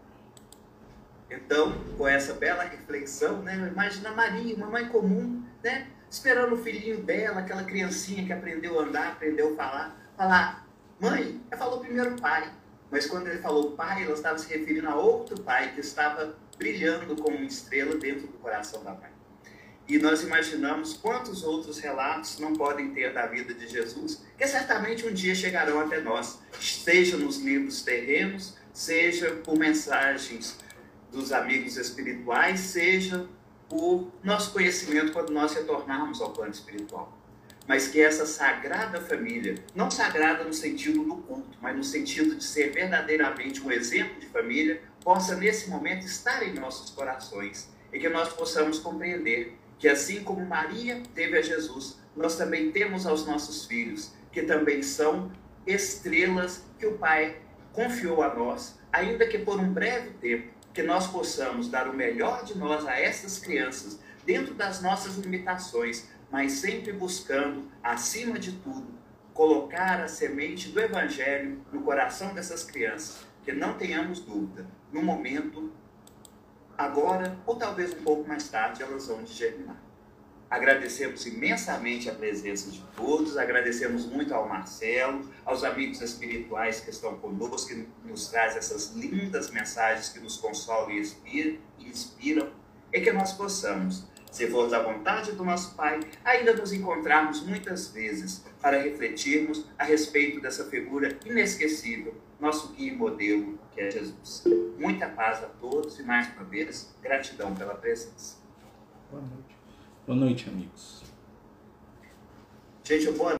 Então, com essa bela reflexão, né, imagina Maria, uma mãe comum, né, esperando o filhinho dela, aquela criancinha que aprendeu a andar, aprendeu a falar, falar, mãe, ela falou primeiro pai, mas quando ele falou pai, ela estava se referindo a outro pai que estava brilhando como uma estrela dentro do coração da mãe. E nós imaginamos quantos outros relatos não podem ter da vida de Jesus, que certamente um dia chegarão até nós, seja nos livros terrenos, seja por mensagens dos amigos espirituais, seja por nosso conhecimento quando nós retornarmos ao plano espiritual. Mas que essa sagrada família, não sagrada no sentido do culto, mas no sentido de ser verdadeiramente um exemplo de família, possa nesse momento estar em nossos corações e que nós possamos compreender que assim como Maria teve a Jesus, nós também temos aos nossos filhos, que também são estrelas que o Pai confiou a nós, ainda que por um breve tempo, que nós possamos dar o melhor de nós a essas crianças, dentro das nossas limitações, mas sempre buscando, acima de tudo, colocar a semente do Evangelho no coração dessas crianças, que não tenhamos dúvida, no momento, agora ou talvez um pouco mais tarde, elas vão germinar. Agradecemos imensamente a presença de todos, agradecemos muito ao Marcelo, aos amigos espirituais que estão conosco, que nos trazem essas lindas mensagens que nos consolam e inspiram, e inspiram, e que nós possamos, se for da vontade do nosso Pai, ainda nos encontrarmos muitas vezes para refletirmos a respeito dessa figura inesquecível, nosso guia e modelo, que é Jesus. Muita paz a todos e, mais uma vez, gratidão pela presença. Boa noite. Boa noite, amigos. Gente, boa